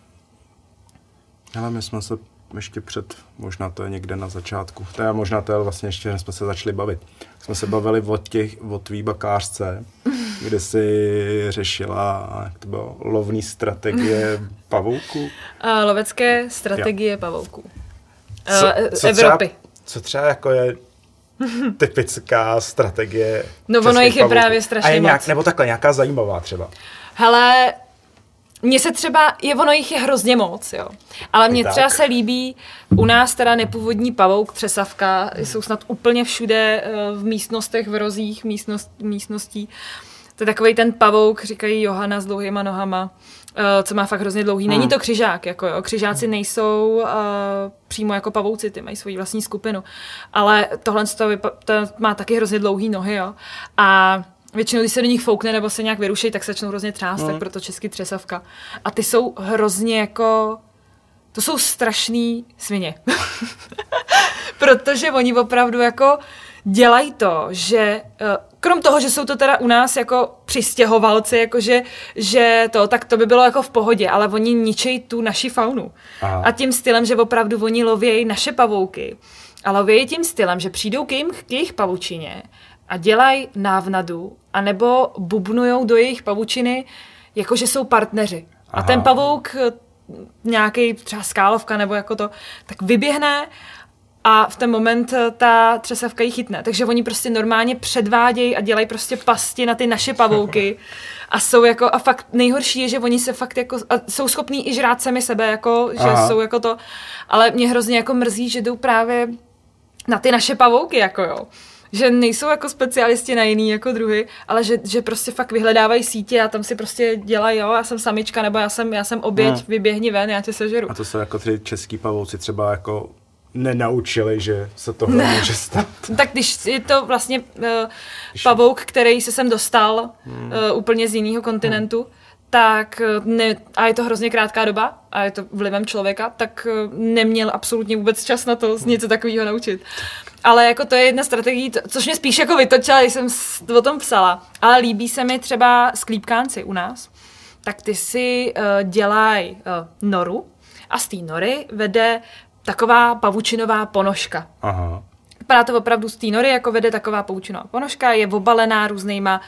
Ale my jsme se ještě před, možná to je někde na začátku, to je možná to je vlastně ještě, než jsme se začali bavit. Jsme se bavili o těch, o tvý bakářce, kde jsi řešila, jak to bylo, lovní strategie pavouků. A lovecké strategie jo. pavouků. Co, co Evropy. Třeba, co třeba jako je typická strategie. No ono jich je právě strašně a je nějak, moc. Nebo takhle, nějaká zajímavá třeba. Hele, mně se třeba, je ono jich je hrozně moc, jo. Ale mně třeba se líbí, u nás teda nepůvodní pavouk, třesavka, hmm. jsou snad úplně všude v místnostech, v rozích místnost, místností. To je takovej ten pavouk, říkají Johana s dlouhýma nohama, co má fakt hrozně dlouhý. Není to křižák, jako jo. Křižáci nejsou uh, přímo jako pavouci, ty mají svoji vlastní skupinu. Ale tohle to, vypa- to má taky hrozně dlouhý nohy, jo. A většinou, když se do nich foukne nebo se nějak vyruší, tak se začnou hrozně třást, mm. tak proto český třesavka. A ty jsou hrozně jako... To jsou strašný svině. Protože oni opravdu jako dělají to, že krom toho, že jsou to teda u nás jako přistěhovalci, jakože, že to, tak to by bylo jako v pohodě, ale oni ničejí tu naši faunu. Aha. A tím stylem, že opravdu oni lovějí naše pavouky. A lovějí tím stylem, že přijdou k, jim, k jejich pavučině a dělají návnadu, anebo bubnujou do jejich pavučiny, jakože jsou partneři. Aha. A ten pavouk, nějaký třeba skálovka nebo jako to, tak vyběhne a v ten moment ta třesavka ji chytne. Takže oni prostě normálně předvádějí a dělají prostě pasti na ty naše pavouky. A jsou jako, a fakt nejhorší je, že oni se fakt jako, a jsou schopní i žrát sami sebe, jako, že Aha. jsou jako to. Ale mě hrozně jako mrzí, že jdou právě na ty naše pavouky, jako jo. Že nejsou jako specialisti na jiný jako druhy, ale že, že prostě fakt vyhledávají sítě a tam si prostě dělají, jo, já jsem samička, nebo já jsem, já jsem oběť, hmm. vyběhni ven, já tě sežeru. A to se jako ty český pavouci třeba jako nenaučili, že se tohle ne. může stát. Tak když je to vlastně uh, pavouk, který se sem dostal hmm. uh, úplně z jiného kontinentu, hmm. tak ne, a je to hrozně krátká doba a je to vlivem člověka, tak neměl absolutně vůbec čas na to něco takového naučit. Ale jako to je jedna strategie, což mě spíš jako vytočila, když jsem o tom psala. Ale líbí se mi třeba sklípkánci u nás. Tak ty si uh, dělají uh, noru a z té nory vede taková pavučinová ponožka. Aha. Vypadá to opravdu z té nory, jako vede taková pavučinová ponožka, je obalená různýma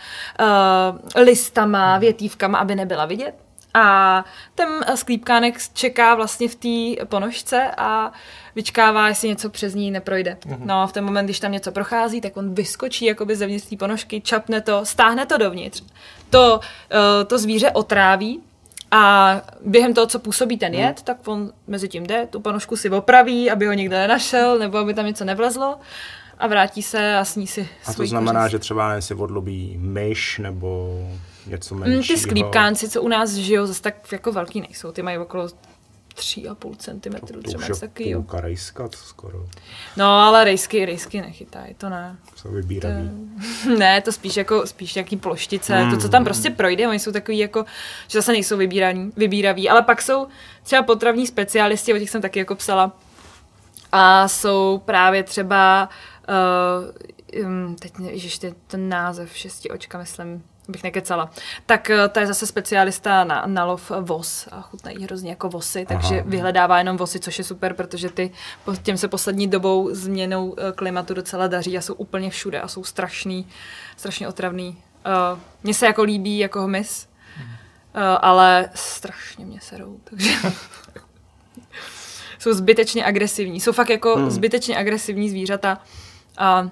uh, listama, větívkama, aby nebyla vidět. A ten sklípkánek čeká vlastně v té ponožce a vyčkává, jestli něco přes ní neprojde. Uhum. No a v ten moment, když tam něco prochází, tak on vyskočí jakoby zevnitř té ponožky, čapne to, stáhne to dovnitř. To, uh, to zvíře otráví a během toho, co působí ten jed, hmm. tak on mezi tím jde, tu ponožku si opraví, aby ho nikdo nenašel, nebo aby tam něco nevlezlo a vrátí se a sní si A to znamená, kořist. Že třeba nevím, si odlobí myš nebo něco menšího? Ty sklípkánci, co u nás žijou, zase tak jako velký nejsou. Ty mají okolo tři a půl centimetru. To, to už je půlka rejska skoro. No, ale rejsky, rejsky nechytají, to ne. Jsou vybíraví. To, ne, to spíš jako spíš nějaký ploštice. Hmm. To, co tam prostě projde, oni jsou takový jako, že zase nejsou vybíraví, vybíraví. Ale pak jsou třeba potravní specialisti, o těch jsem taky jako psala. A jsou právě třeba, uh, teď ježiš, ten název šesti očka, myslím, bych nekecala. Tak to je zase specialista na, na lov vos a chutnají hrozně jako vosy, takže Aha. vyhledává jenom vosy, což je super, protože ty těm se poslední dobou změnou klimatu docela daří a jsou úplně všude a jsou strašný, strašně otravný. Uh, mně se jako líbí jako hmyz, uh, ale strašně mě serou, takže jsou zbytečně agresivní. Jsou fakt jako hmm. zbytečně agresivní zvířata a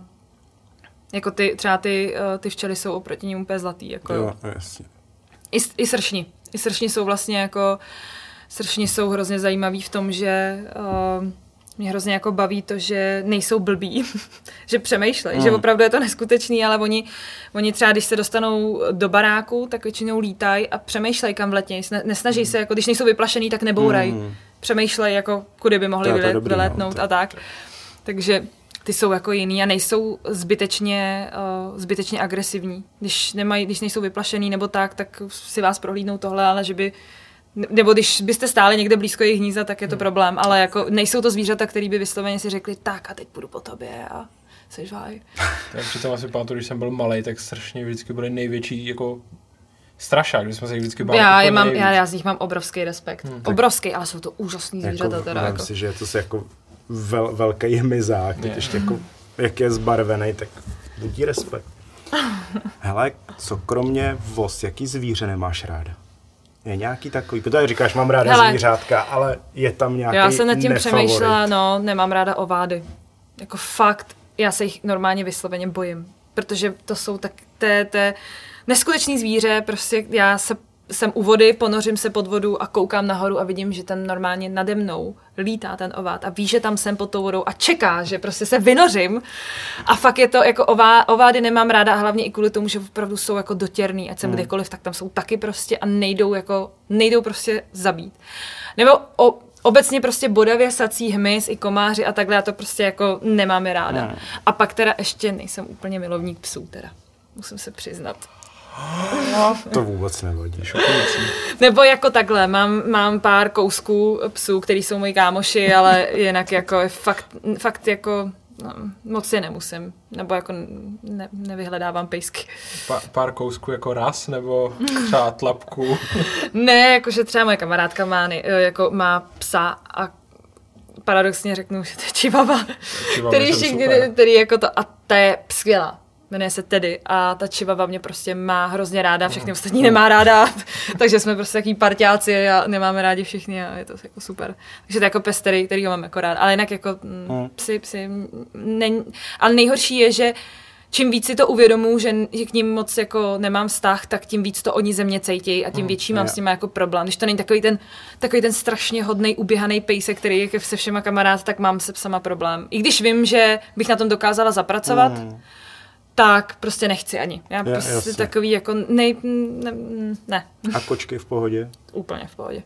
jako ty, třeba ty, ty včely jsou oproti ním úplně zlatý. Jako, jo, jasně. I, I sršni. I sršni jsou vlastně jako, sršni jsou hrozně zajímaví v tom, že uh, mě hrozně jako baví to, že nejsou blbí, že přemýšlejí, mm. že opravdu je to neskutečný, ale oni, oni třeba, když se dostanou do baráku, tak většinou lítají a přemýšlejí, kam vletějí. Nesnaží mm. se, jako když nejsou vyplašený, tak nebourají. Mm. Přemýšlejí, jako kudy by mohli vylet, dobrý, vyletnout no, a tak. Takže ty jsou jako jiný a nejsou zbytečně, uh, zbytečně agresivní. Když, nemají, když nejsou vyplašený nebo tak, tak si vás prohlídnou tohle, ale že by nebo když byste stáli někde blízko jejich hnízda, tak je to problém, ale jako nejsou to zvířata, který by vysloveně si řekli, tak a teď půjdu po tobě a seš vaj. Tak přitom asi pamatuju, když jsem byl malej, tak strašně vždycky byly největší jako strašák, když jsme se jich vždycky báli. Já, je mám, já, já z nich mám obrovský respekt. Hmm, obrovský, ale jsou to úžasný zvířata. Jako, teda, jako. si, že je to jako vel, velký hmyzák, teď ještě jako, jak je zbarvený, tak budí respekt. Hele, co kromě vos, jaký zvíře nemáš ráda? Je nějaký takový, protože říkáš, mám ráda Hele, zvířátka, ale je tam nějaký Já jsem nad tím nefavorit. přemýšlela, no, nemám ráda ovády. Jako fakt, já se jich normálně vysloveně bojím, protože to jsou tak, té, té neskutečný zvíře, prostě já se, jsem u vody, ponořím se pod vodu a koukám nahoru a vidím, že ten normálně nade mnou lítá ten ovád a ví, že tam jsem pod tou vodou a čeká, že prostě se vynořím a fakt je to jako ová, ovády nemám ráda a hlavně i kvůli tomu, že opravdu jsou jako dotěrný, ať jsem hmm. kdekoliv, tak tam jsou taky prostě a nejdou jako, nejdou prostě zabít. Nebo o, obecně prostě bodavě sací hmyz i komáři a takhle, já to prostě jako nemáme ráda. Hmm. A pak teda ještě nejsem úplně milovník psů teda, musím se přiznat. No, to vůbec nevadí. Šokující. Nebo jako takhle, mám, mám pár kousků psů, který jsou moji kámoši, ale jinak jako fakt, fakt jako no, moc je nemusím. Nebo jako ne, nevyhledávám pejsky. Pa, pár kousků jako ras, nebo třeba tlapku? Ne, jakože třeba moje kamarádka má, jako má psa a paradoxně řeknu, že to je čivava. Který, který, který jako to, a ta je skvělá. Jmenuje se Teddy a ta čivava mě prostě má hrozně ráda, všechny ostatní nemá ráda, takže jsme prostě takový parťáci a nemáme rádi všichni a je to jako super. Takže to je jako pes, který, který ho mám jako rád, ale jinak jako mm, psi, psi, ne, ale nejhorší je, že čím víc si to uvědomuji, že, že k ním moc jako nemám vztah, tak tím víc to oni ze mě cejtějí a tím větší mám s nimi jako problém. Když to není takový ten, takový ten strašně hodnej, uběhaný pejsek, který je se všema kamarád, tak mám se psama problém. I když vím, že bych na tom dokázala zapracovat, mm. tak prostě nechci ani. Já je, prostě jasně. Takový jako nej, ne, ne. A kočky v pohodě? Úplně v pohodě.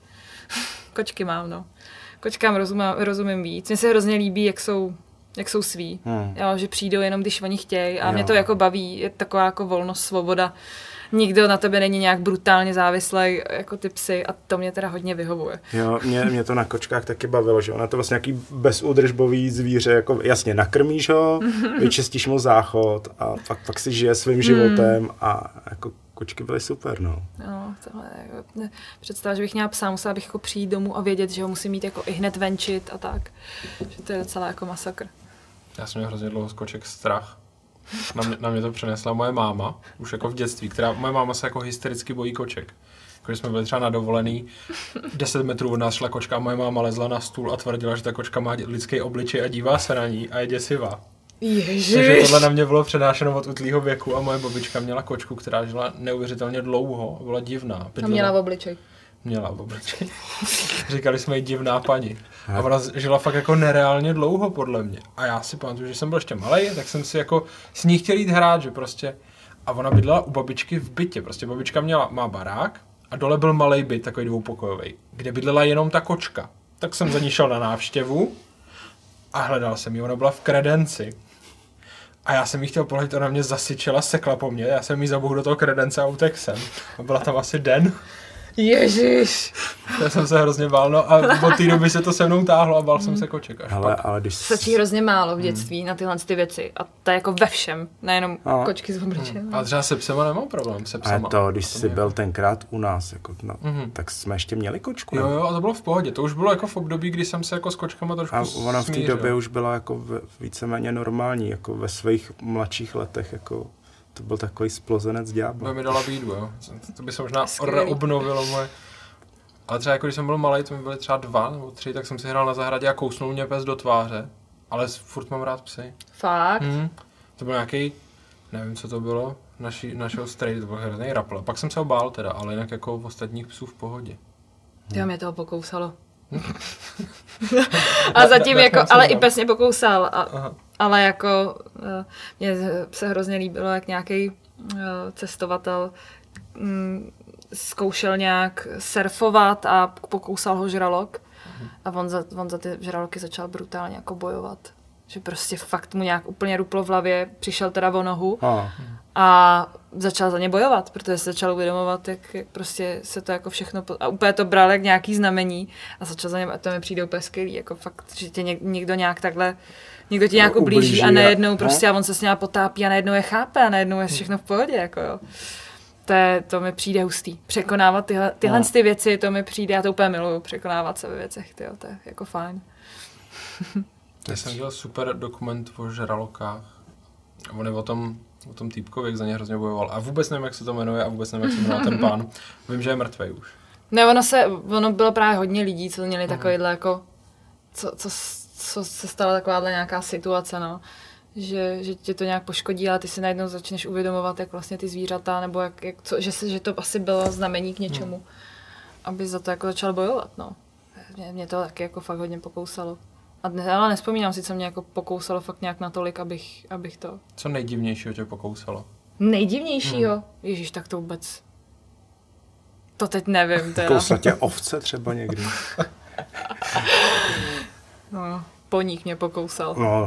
Kočky mám, no. Kočkám rozumím, rozumím víc. Mně se hrozně líbí, jak jsou, jak jsou svý. Hmm. Jo, že přijdou jenom, když oni chtějí. A jo. Mě to jako baví. Je taková jako volnost, svoboda. Nikdo na tebe není nějak brutálně závislý jako ty psy a to mě teda hodně vyhovuje. Jo, mě, mě to na kočkách taky bavilo, že ona to vlastně nějaký bezúdržbový zvíře, jako jasně nakrmíš ho, vyčistíš mu záchod a pak, pak si žije svým životem a jako kočky byly super, no. No, tohle je, představ, že bych měla psa, musela bych jako přijít domů a vědět, že ho musím mít jako i hned venčit a tak. Že to je docela jako masakr. Já jsem měl hrozně dlouho z koček strach. Na mě, na mě to přenesla moje máma, už jako v dětství, která, moje máma se jako hystericky bojí koček. Když jsme byli třeba na dovolený, deset metrů od nás šla kočka a moje máma lezla na stůl a tvrdila, že ta kočka má lidský obličej a dívá se na ní a je děsivá. Ježiš. Takže tohle na mě bylo přenášeno od útlýho věku a moje babička měla kočku, která žila neuvěřitelně dlouho, byla divná. A měla v obličej. Měla v obličej. Říkali jsme jí divná paní. A ona žila fakt jako nereálně dlouho, podle mě. A já si pamatuju, že jsem byl ještě malej, tak jsem si jako s ní chtěl jít hrát, že prostě. A ona bydlela u babičky v bytě. Prostě babička měla, má barák a dole byl malej byt, takový dvoupokojový, kde bydlela jenom ta kočka. Tak jsem za ní šel na návštěvu a hledal jsem ji. Ona byla v kredenci. A já jsem jí chtěl pohledit, ona mě zasyčela, sekla po mně. Já jsem jí zabouhl do toho kredence a utekl jsem. A byla tam asi den. Ježiš. Já jsem se hrozně bál, no a od té doby se to se mnou táhlo a bál jsem se koček. Až ale, pak. ale když... Stačí hrozně málo v dětství hmm. na tyhle ty věci a to je jako ve všem, nejenom a. kočky s obličem. Hmm. A třeba se psema nemám problém, se psama. Ale to, když jsi byl tenkrát u nás, jako, no, mm-hmm. tak jsme ještě měli kočku. Jo, jo, a to bylo v pohodě. To už bylo jako v období, kdy jsem se jako s kočkama trošku a ona v té smířil. době už byla jako v, víceméně normální, jako ve svých mladších letech, jako to byl takový splozenec ďábla. To mi dala bídu, jo. To by se možná reobnovilo moje... Ale třeba jako když jsem byl malej, to mi byly třeba dva nebo tři, tak jsem si hrál na zahradě a kousnul mě pes do tváře. Ale furt mám rád psy. Fakt? Hmm. To byl nějaký, nevím co to bylo, naši, našeho strejdy, to byl hrozný rapl. Pak jsem se ho bál teda, ale jinak jako v ostatních psů v pohodě. Hmm. Jo, mě toho pokousalo. A zatím jako, ale i pes mě pokousal. A, ale jako mě se hrozně líbilo, jak nějaký cestovatel mm, zkoušel nějak surfovat a pokousal ho žralok. A on za, on za ty žraloky začal brutálně jako bojovat. Že prostě fakt mu nějak úplně ruplo v hlavě, přišel teda o nohu a, a začal za ně bojovat, protože se začal uvědomovat, jak, jak prostě se to jako všechno, a úplně to bral jak nějaký znamení a začal za ně, a to mi přijde úplně skvělý, jako fakt, že tě něk, někdo nějak takhle, někdo ti nějak ublíží, ublíží a najednou prostě a on se s ním potápí a najednou je chápe a najednou je všechno v pohodě, jako jo. To, je, to mi přijde hustý. Překonávat tyhle, tyhle no. ty věci, to mi přijde, já to úplně miluju, překonávat se ve věcech, tyjo, to je jako fajn. Já jsem dělal super dokument o žralokách. A on je o tom, o tom týpkovi, jak za ně hrozně bojoval. A vůbec nevím, jak se to jmenuje a vůbec nevím, jak se jmenuje ten pán. Vím, že je mrtvej už. Ne, ono, se, ono bylo právě hodně lidí, co měli takovýhle jako, co, co, co se stala takováhle nějaká situace, no. Že, že tě to nějak poškodí, ale ty si najednou začneš uvědomovat, jak vlastně ty zvířata, nebo jak, jak co, že, se, že to asi bylo znamení k něčemu, hmm. aby za to jako začal bojovat, no. Mě, mě to taky jako fakt hodně pokousalo. A dnes, ale nespomínám si, co mě jako pokousalo fakt nějak natolik, abych, abych to... Co nejdivnějšího tě pokousalo? Nejdivnějšího? Hmm. Ježíš, tak to vůbec... To teď nevím. Kousla tě ovce třeba někdy? No, poník mě pokousal. No.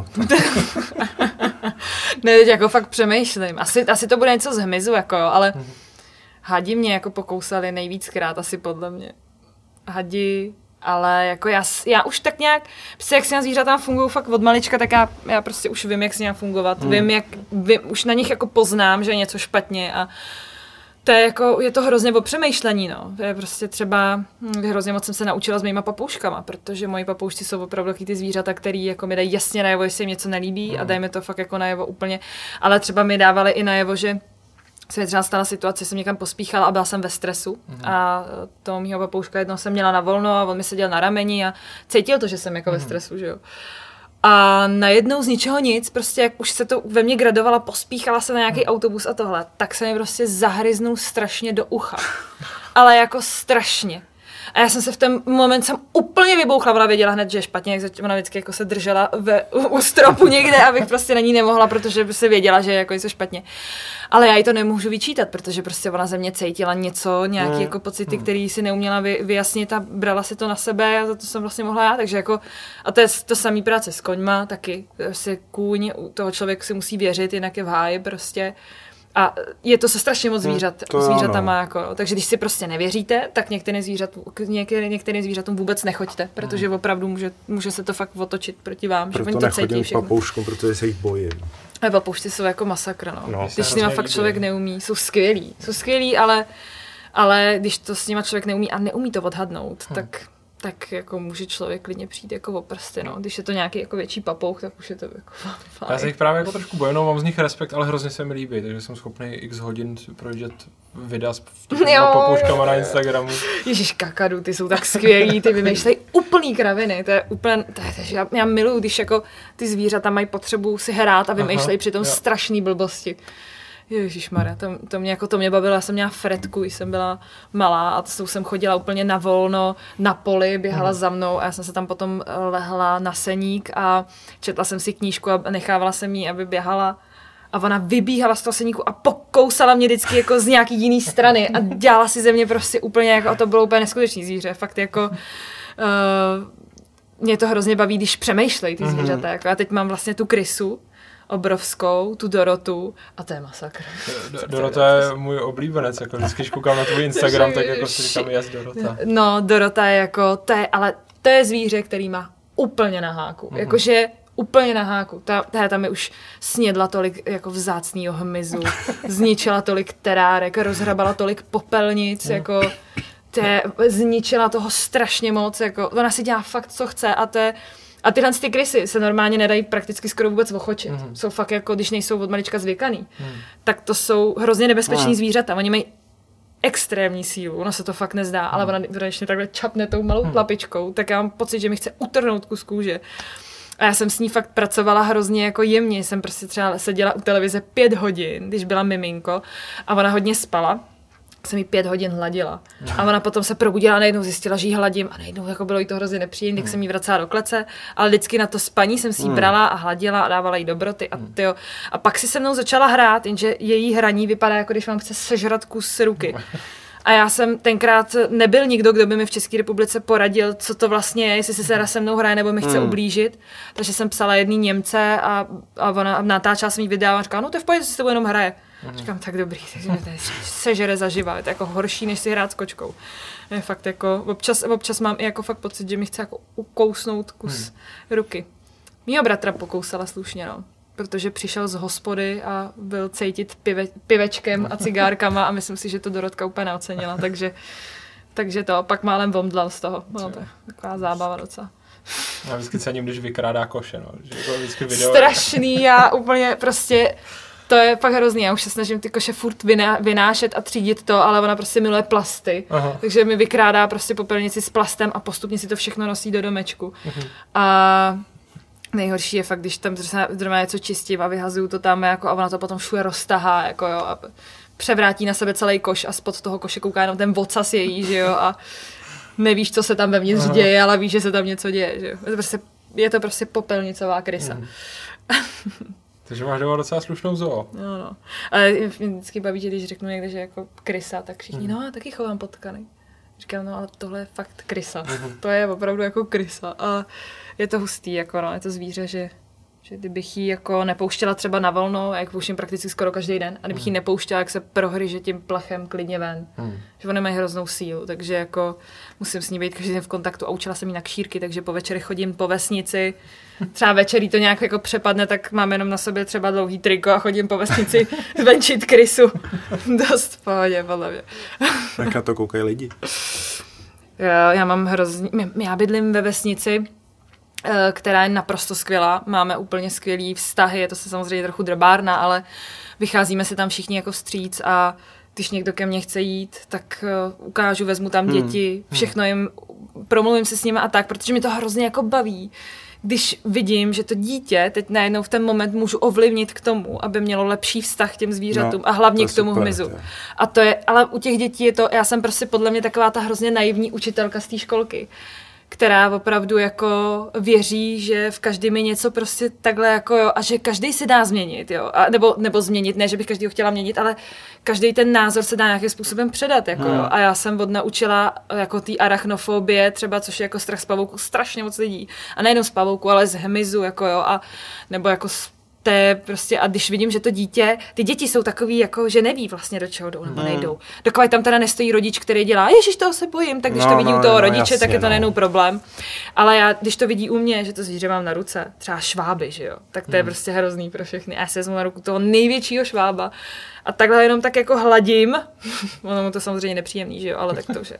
Ne, teď jako fakt přemýšlím. Asi, asi to bude něco z hmyzu, jako jo, ale hmm. hadi mě jako pokousali nejvíckrát asi podle mě. Hadi... Ale jako já, já už tak nějak, prostě jak s těmi zvířatám fungují fakt od malička, tak já, já prostě už vím, jak s nimi fungovat. Hmm. Vím, jak, vím, už na nich jako poznám, že je něco špatně a to je jako, je to hrozně o přemýšlení, no. To je prostě třeba, hrozně moc jsem se naučila s mýma papouškama, protože moji papoušci jsou opravdu ty zvířata, který jako mi dají jasně najevo, jestli jim něco nelíbí hmm. a dají mi to fakt jako najevo úplně, ale třeba mi dávali i najevo, že se mi třeba stala situace, jsem někam pospíchala a byla jsem ve stresu mm. a toho mýho papouška jednou jsem měla na volno a on mi seděl na rameni a cítil to, že jsem jako mm. ve stresu, že jo. A najednou z ničeho nic, prostě jak už se to ve mně gradovala, pospíchala se na nějaký mm. autobus a tohle, tak se mi prostě zahryznul strašně do ucha. Ale jako strašně. A já jsem se v ten moment jsem úplně vybouchla, ona věděla hned, že je špatně, jak ona vždycky jako se držela ve, u stropu někde, abych prostě na ní nemohla, protože se věděla, že je jako něco špatně. Ale já jí to nemůžu vyčítat, protože prostě ona ze mě cítila něco, nějaký mm. jako pocity, který si neuměla vy, vyjasnit a brala si to na sebe a za to jsem vlastně mohla já, takže jako, a to je to samý práce s koňma taky, prostě kůň, toho člověk si musí věřit, jinak je v háji prostě. A je to se strašně moc zvířat, to zvířatama, jako, takže když si prostě nevěříte, tak některým zvířatům, některý, některým zvířatům vůbec nechoďte, protože opravdu může, může se to fakt otočit proti vám. Proto že nechodím k papouškům, protože se jich bojím. A papoušci jsou jako masakr, no. no Když s nima fakt člověk neumí, jsou skvělí, jsou skvělí, ale, ale když to s nima člověk neumí a neumí to odhadnout, hmm. tak... tak jako může člověk klidně přijít jako o prsty, no. Když je to nějaký jako větší papouch, tak už je to jako fajn. Já se jich právě jako trošku bojím, mám z nich respekt, ale hrozně se mi líbí, takže jsem schopný x hodin projíždět videa s papouškama na Instagramu. Ježiš, kakadu, ty jsou tak skvělí, ty vymýšlejí úplný kraviny, to je úplně, to je, to je, já, já miluju, když jako ty zvířata mají potřebu si hrát a vymýšlejí přitom jo. strašný blbosti. Ježišmarja, to, to mě jako to mě bavilo, já jsem měla Fredku, když jsem byla malá a s tou jsem chodila úplně na volno, na poli, běhala hmm. za mnou a já jsem se tam potom lehla na seník a četla jsem si knížku a nechávala jsem jí, aby běhala a ona vybíhala z toho seníku a pokousala mě vždycky jako z nějaký jiný strany a dělala si ze mě prostě úplně jako, a to bylo úplně neskutečný zvíře, fakt jako... Uh, mě to hrozně baví, když přemýšlejí ty zvířata, jako já teď mám vlastně tu krysu. obrovskou, tu Dorotu, a to je masakr. Do, Dorota je můj oblíbenec, jako vždycky, když koukám na tvůj Instagram, tak jako si říkám, jas Dorota. No, Dorota je jako, to je, ale to je zvíře, který má úplně na háku. Mm-hmm. Jakože úplně na háku. Ta, ta tam je už snědla tolik jako vzácnýho hmyzu, zničila tolik terárek, rozhrabala tolik popelnic, mm. jako te, zničila toho strašně moc, jako ona si dělá fakt, co chce a to je, a tyhle ty krysy se normálně nedají prakticky skoro vůbec ochočit. Mm. Jsou fakt jako, když nejsou od malička zvykaný, mm. tak to jsou hrozně nebezpeční mm. zvířata. Oni mají extrémní sílu, ono se to fakt nezdá, mm. ale ona, když mě takhle čapne tou malou mm. tlapičkou, tak já mám pocit, že mi chce utrhnout kus kůže. A já jsem s ní fakt pracovala hrozně jako jemně. Jsem prostě třeba seděla u televize pět hodin, když byla miminko a ona hodně spala. Jsem jí pět hodin hladila. A ona potom se probudila a najednou zjistila, že jí hladím a najednou jako bylo jí to hrozně nepříjemné, tak jsem jí vracela do klece, ale vždycky na to spaní jsem si jí brala a hladila a dávala jí dobroty a tyjo. A pak si se mnou začala hrát, jenže její hraní vypadá, jako když vám chce sežrat kus ruky. A já jsem tenkrát nebyl nikdo, kdo by mi v České republice poradil, co to vlastně je, jestli se Sara se mnou hraje nebo mi chce mm. ublížit. Takže jsem psala jedný Němce a, a ona natáčela jsem jí videa a říkala, no to je v pohodě, že se s tebou jenom hraje. Mm. Říkám, tak dobrý, takže to je sežere zaživa, je to jako horší, než si hrát s kočkou. Je fakt jako, občas, občas mám i jako fakt pocit, že mi chce jako ukousnout kus mm. ruky. Mýho bratra pokousala slušně, no. Protože přišel z hospody a byl cejtit pive, pivečkem a cigárkama a myslím si, že to Dorotka úplně neocenila, takže, takže to, pak málem vomdlal z toho. No, to je taková zábava docela. Já vždycky cením, když vykrádá koše, no. Že jako vždycky video... Strašný, já úplně prostě, to je fakt hrozný, já už se snažím ty koše furt vyná, vynášet a třídit to, ale ona prostě miluje plasty, aha. takže mi vykrádá prostě popelnici s plastem a postupně si to všechno nosí do domečku. Uh-huh. A nejhorší je fakt, když tam zrovna něco čistím a vyhazuju to tam jako, a ona to potom všude roztahá jako jo, a převrátí na sebe celý koš a spod toho koše kouká jenom ten vocas její, že jo, a nevíš, co se tam vevnitř Aha. děje, ale víš, že se tam něco děje, že jo. Je to prostě, je to prostě popelnicová krysa. Mm. Takže máš doma docela slušnou zoo. No, no. Ale mě vždycky baví, že když řeknu někde, že jako krysa, tak všichni, mm. no, já taky chovám potkany. Říkám, no, ale tohle je fakt krysa. Mm. To je opravdu jako krysa. A je to hustý, jako no, je to zvíře, že, že kdybych ji jako nepouštěla třeba na volno, jak pouštím prakticky skoro každý den, a kdybych ji nepouštěla, jak se prohryže tím plechem klidně ven. Hmm. Že ona mají hroznou sílu, takže jako musím s ní být každý den v kontaktu a učila jsem jí na kšírky, takže po večeri chodím po vesnici. Třeba večerí to nějak jako přepadne, tak mám jenom na sobě třeba dlouhý triko a chodím po vesnici zvenčit krysu. Dost v pohodě, podle mě. Jak na to koukají lidi? Já, já mám hrozný, já bydlím ve vesnici, která je naprosto skvělá. Máme úplně skvělý vztahy, je to se samozřejmě trochu drbárna, ale vycházíme se tam všichni jako vstříc a když někdo ke mně chce jít, tak ukážu, vezmu tam děti, všechno jim, promluvím se s nimi a tak, protože mi to hrozně jako baví. Když vidím, že to dítě teď najednou v ten moment můžu ovlivnit k tomu, aby mělo lepší vztah k těm zvířatům no, a hlavně to k tomu super, hmyzu. Tě. A to je, ale u těch dětí je to, já jsem prostě podle mě taková ta hrozně naivní učitelka z té školky, která opravdu jako věří, že v každém je něco prostě takhle jako jo, a že každý se dá změnit, jo, a nebo, nebo změnit, ne, že bych každýho chtěla měnit, ale každý ten názor se dá nějakým způsobem předat, jako hmm. jo, a já jsem od naučila jako té arachnofobie, třeba, což je jako strach z pavouku, strašně moc lidí, a nejenom z pavouku, ale z hmyzu, jako jo, a nebo jako z to je prostě, a když vidím, že to dítě, ty děti jsou takový, jako, že neví vlastně, do čeho jdou nebo hmm. nejdou. Dokud tam teda nestojí rodič, který dělá, ježiš, toho se bojím, tak když no, to vidí no, u toho no, rodiče, jasně, tak je to nejenom no. problém. Ale já, když to vidí u mě, že to zvíře mám na ruce, třeba šváby, že jo, tak to hmm. je prostě hrozný pro všechny. Já si vezmu na ruku toho největšího švába a takhle jenom tak jako hladím, ono mu to samozřejmě nepříjemný, že jo, ale tak to už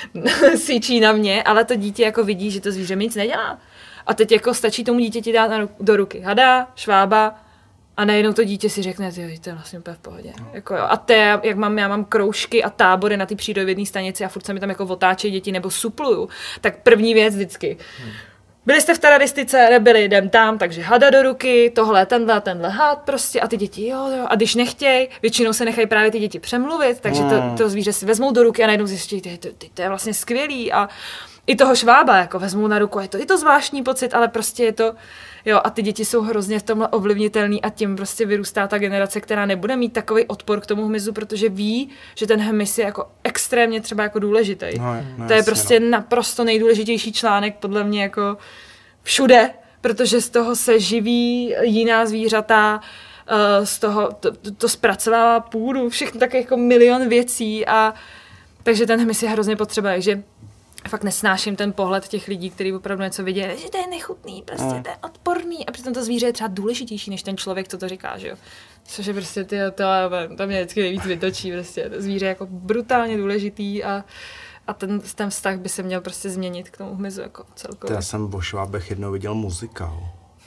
je síčí na mě, ale to dítě jako vidí, že to zvíře mi nic nedělá. A teď jako stačí tomu dítěti dát na, do ruky hada, švába a najednou to dítě si řekne, tyjo, to je vlastně úplně v pohodě. Jako jo. A to je, jak mám, já mám kroužky a tábory na ty přírodovědné stanici a furt se mi tam jako otáčejí děti nebo supluju, tak první věc vždycky. Hmm. Byli jste v teroristice, nebyli, jdem tam, takže hada do ruky, tohle, tenhle, tenhle had prostě a ty děti jo, jo. A když nechtějí, většinou se nechají právě ty děti přemluvit, takže to, to zvíře si vezmou do ruky a najednou zjistí, to, to, to je vlastně skvělý a i toho švába jako vezmou na ruku, je to i to zvláštní pocit, ale prostě je to, jo, a ty děti jsou hrozně v tomhle ovlivnitelný a tím prostě vyrůstá ta generace, která nebude mít takový odpor k tomu hmyzu, protože ví, že ten hmyz je jako extrémně třeba jako důležitý. No, no, to je jasně, prostě no. naprosto nejdůležitější článek podle mě jako všude, protože z toho se živí jiná zvířata, z toho to, to, to zpracovává půdu, všechno tak jako milion věcí a takže ten hmyz je hrozně potřeba, takže fakt nesnáším ten pohled těch lidí, kteří opravdu něco vidí, že to je nechutný, prostě to je odporný a přitom to zvíře je třeba důležitější než ten člověk, co to říká, že jo. Což je prostě ty, to, to mě vždycky nejvíc vytočí, prostě to zvíře je jako brutálně důležitý a, a ten, ten vztah by se měl prostě změnit k tomu hmyzu jako celkově. Já jsem o švábech jednou viděl muzikál.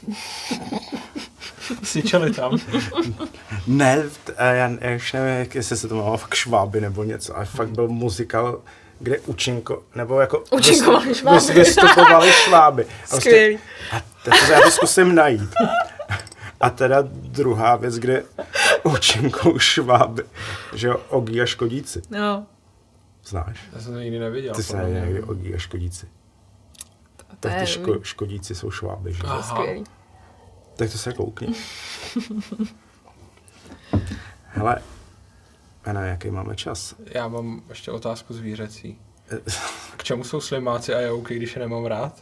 Syčeli tam. Ne, já, já už nevím, jestli se to jmenovalo fakt Šváby nebo něco, ale fakt byl muzikál, kde účinko, nebo jako Účinkovali šváby. Vys, vystupovali šváby. Skvělý. A to já to zkusím najít. A teda druhá věc, kde účinkou šváby, že jo, Ogi a škodíci. No. Znáš? Já jsem to nikdy neviděl. Ty jsi neviděl někdy Ogi a škodíci. Tak ty ško, škodíci jsou šváby, že? To je skvělý. Tak to se koukni. Hele, Ana, jaký máme čas? Já mám ještě otázku zvířecí. K čemu jsou slimáci a javouky, když je nemám rád?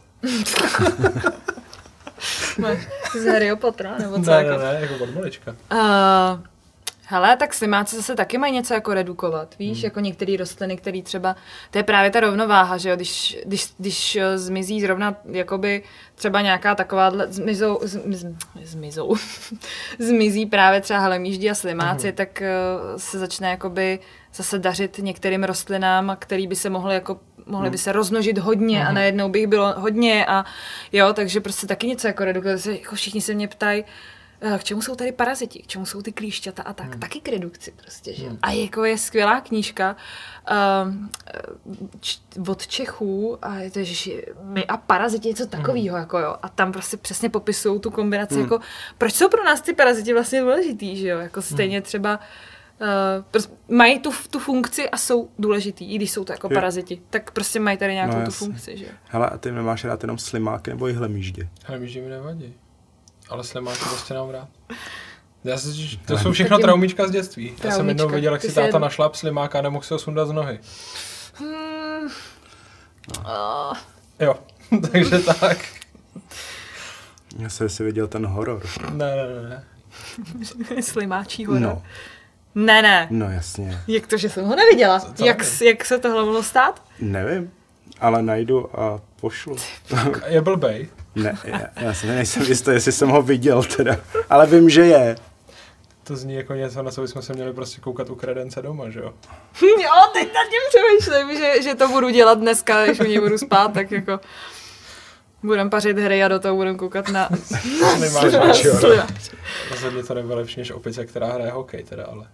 Máš z Harryho Pottera, nebo co? Ne, jako? ne, ne, jako od malička. Uh, hele, tak slimáci zase taky mají něco jako redukovat, víš, hmm. jako některé rostliny, které třeba, to je právě ta rovnováha, že jo, když, když, když zmizí zrovna, jakoby třeba nějaká takováhle, zmizou, zmiz, zmizou, zmizí právě třeba halemíždi a slimáci, hmm. tak uh, se začne jakoby zase dařit některým rostlinám, který by se mohly jako mohly by se rozmnožit hodně hmm. a najednou by jich bylo hodně a jo, takže prostě taky něco jako redukovat, jako všichni se mě ptají, k čemu jsou tady paraziti, k čemu jsou ty klíšťata a tak, hmm. taky k redukci prostě, že? Hmm. A jako je skvělá knížka um, č- od Čechů a je to, že my a paraziti něco takového, hmm. jako jo, a tam prostě přesně popisují tu kombinaci, hmm. jako proč jsou pro nás ty paraziti vlastně důležitý, že jo, jako stejně třeba Uh, prostě mají tu, tu funkci a jsou důležitý, i když jsou to jako je. paraziti, tak prostě mají tady nějakou no, tu funkci, že jo. Hele, a ty nemáš rád jenom slimáky nebo i hlemíždi? Hlemíždi mi nevadí, ale slimáky prostě mám rád. Já si, to jsou všechno traumíčka z dětství. Traumíčka. Já jsem jednou viděl, jak si táta jednou našláp slimáka a nemohl se ho sundat z nohy. Hmm. No. Jo, takže tak. Já jsem si viděl ten horor. Ne, ne, ne. Slimáčí horor. No. Ne, ne. No jasně. Jak to, že jsem ho neviděla? Jak, jak se tohle mohlo stát? Nevím, ale najdu a pošlu. Je blbej? Ne, já, já si nejsem jistý, jestli jsem ho viděl teda, ale vím, že je. To zní jako něco, na co bychom se měli prostě koukat u kredence doma, že jo? Jo, teď nad tím přemýšlím, že, že to budu dělat dneska, když u něj budu spát, tak jako budem pařit hry a do toho budem koukat na slimáče. Rozhodně to nebylo lepší než opice, která hraje hokej teda, ale...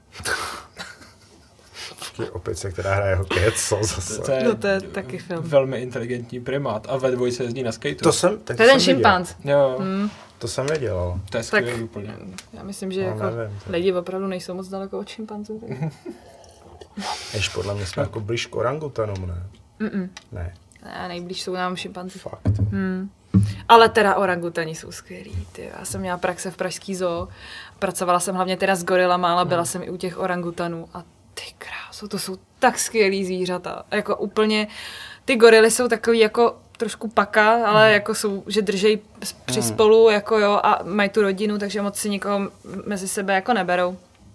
Opice, která hraje hokej, co zase? To je, no to je taky film. Velmi inteligentní primát a ve dvojce jezdí na skateu. To jsem, to je ten šimpanz. Jo. Hmm. To jsem věděl. To je skvělý úplně. Já myslím, že no, jako nevím, lidi opravdu nejsou moc daleko od šimpanzů. Jež podle mě jsme jako blíž k orangutanům, ne? Mm-mm. Ne. Ne, nejblíž jsou nám šimpanzi. Fakt. Hmm. Ale teda orangutani jsou skvělí. Ty. Já jsem měla praxe v pražský zoo. Pracovala jsem hlavně teda s gorilama, ale byla hmm. jsem i u těch orangutanů. A ty kráso, to jsou tak skvělý zvířata. Jako úplně, ty gorily jsou takový jako trošku paka, ale hmm. jako jsou, že držej při spolu, hmm. jako jo, a mají tu rodinu, takže moc si nikoho mezi sebe jako neberou.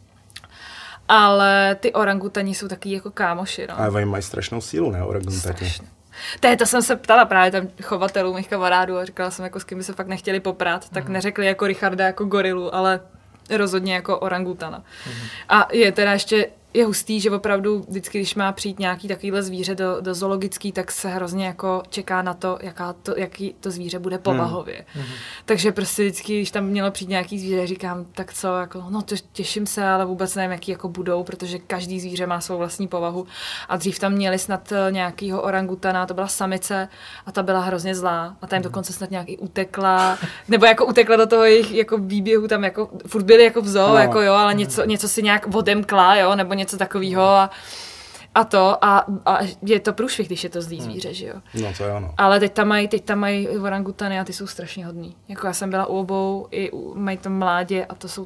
Ale ty orangutani jsou taky jako kámoši, no. Ale oni mají strašnou sílu, ne, orangutani? To je, to jsem se ptala právě tam chovatelů mých kamarádů a říkala jsem, jako s kým by se fakt nechtěli poprat, tak neřekli jako Richarda jako gorilu, ale rozhodně jako orangutana. Mm. A je teda ještě je hustý, že opravdu vždycky, když má přijít nějaký takovýhle zvíře do, do zoologický, tak se hrozně jako čeká na to, jaká to, jaký to zvíře bude povahově. Mm. Takže prostě vždycky, když tam mělo přijít nějaký zvíře, říkám, tak co, jako, no to těším se, ale vůbec nevím, jaký jako budou, protože každý zvíře má svou vlastní povahu. A dřív tam měli snad nějakýho orangutana, to byla samice a ta byla hrozně zlá. A ta jim dokonce snad nějaký utekla, nebo jako utekla do toho jejich jako výběhu, tam jako furt byli jako v zoo, no. jako jo, ale něco, něco si nějak odemkla, jo, nebo něco takového a, a to a, a je to průšvih, když je to zlý zvíře, že jo. No to jo, no. Ale teď tam mají, teď tam mají orangutany a ty jsou strašně hodný. Jako já jsem byla u obou, i u, mají to mládě a to jsou teda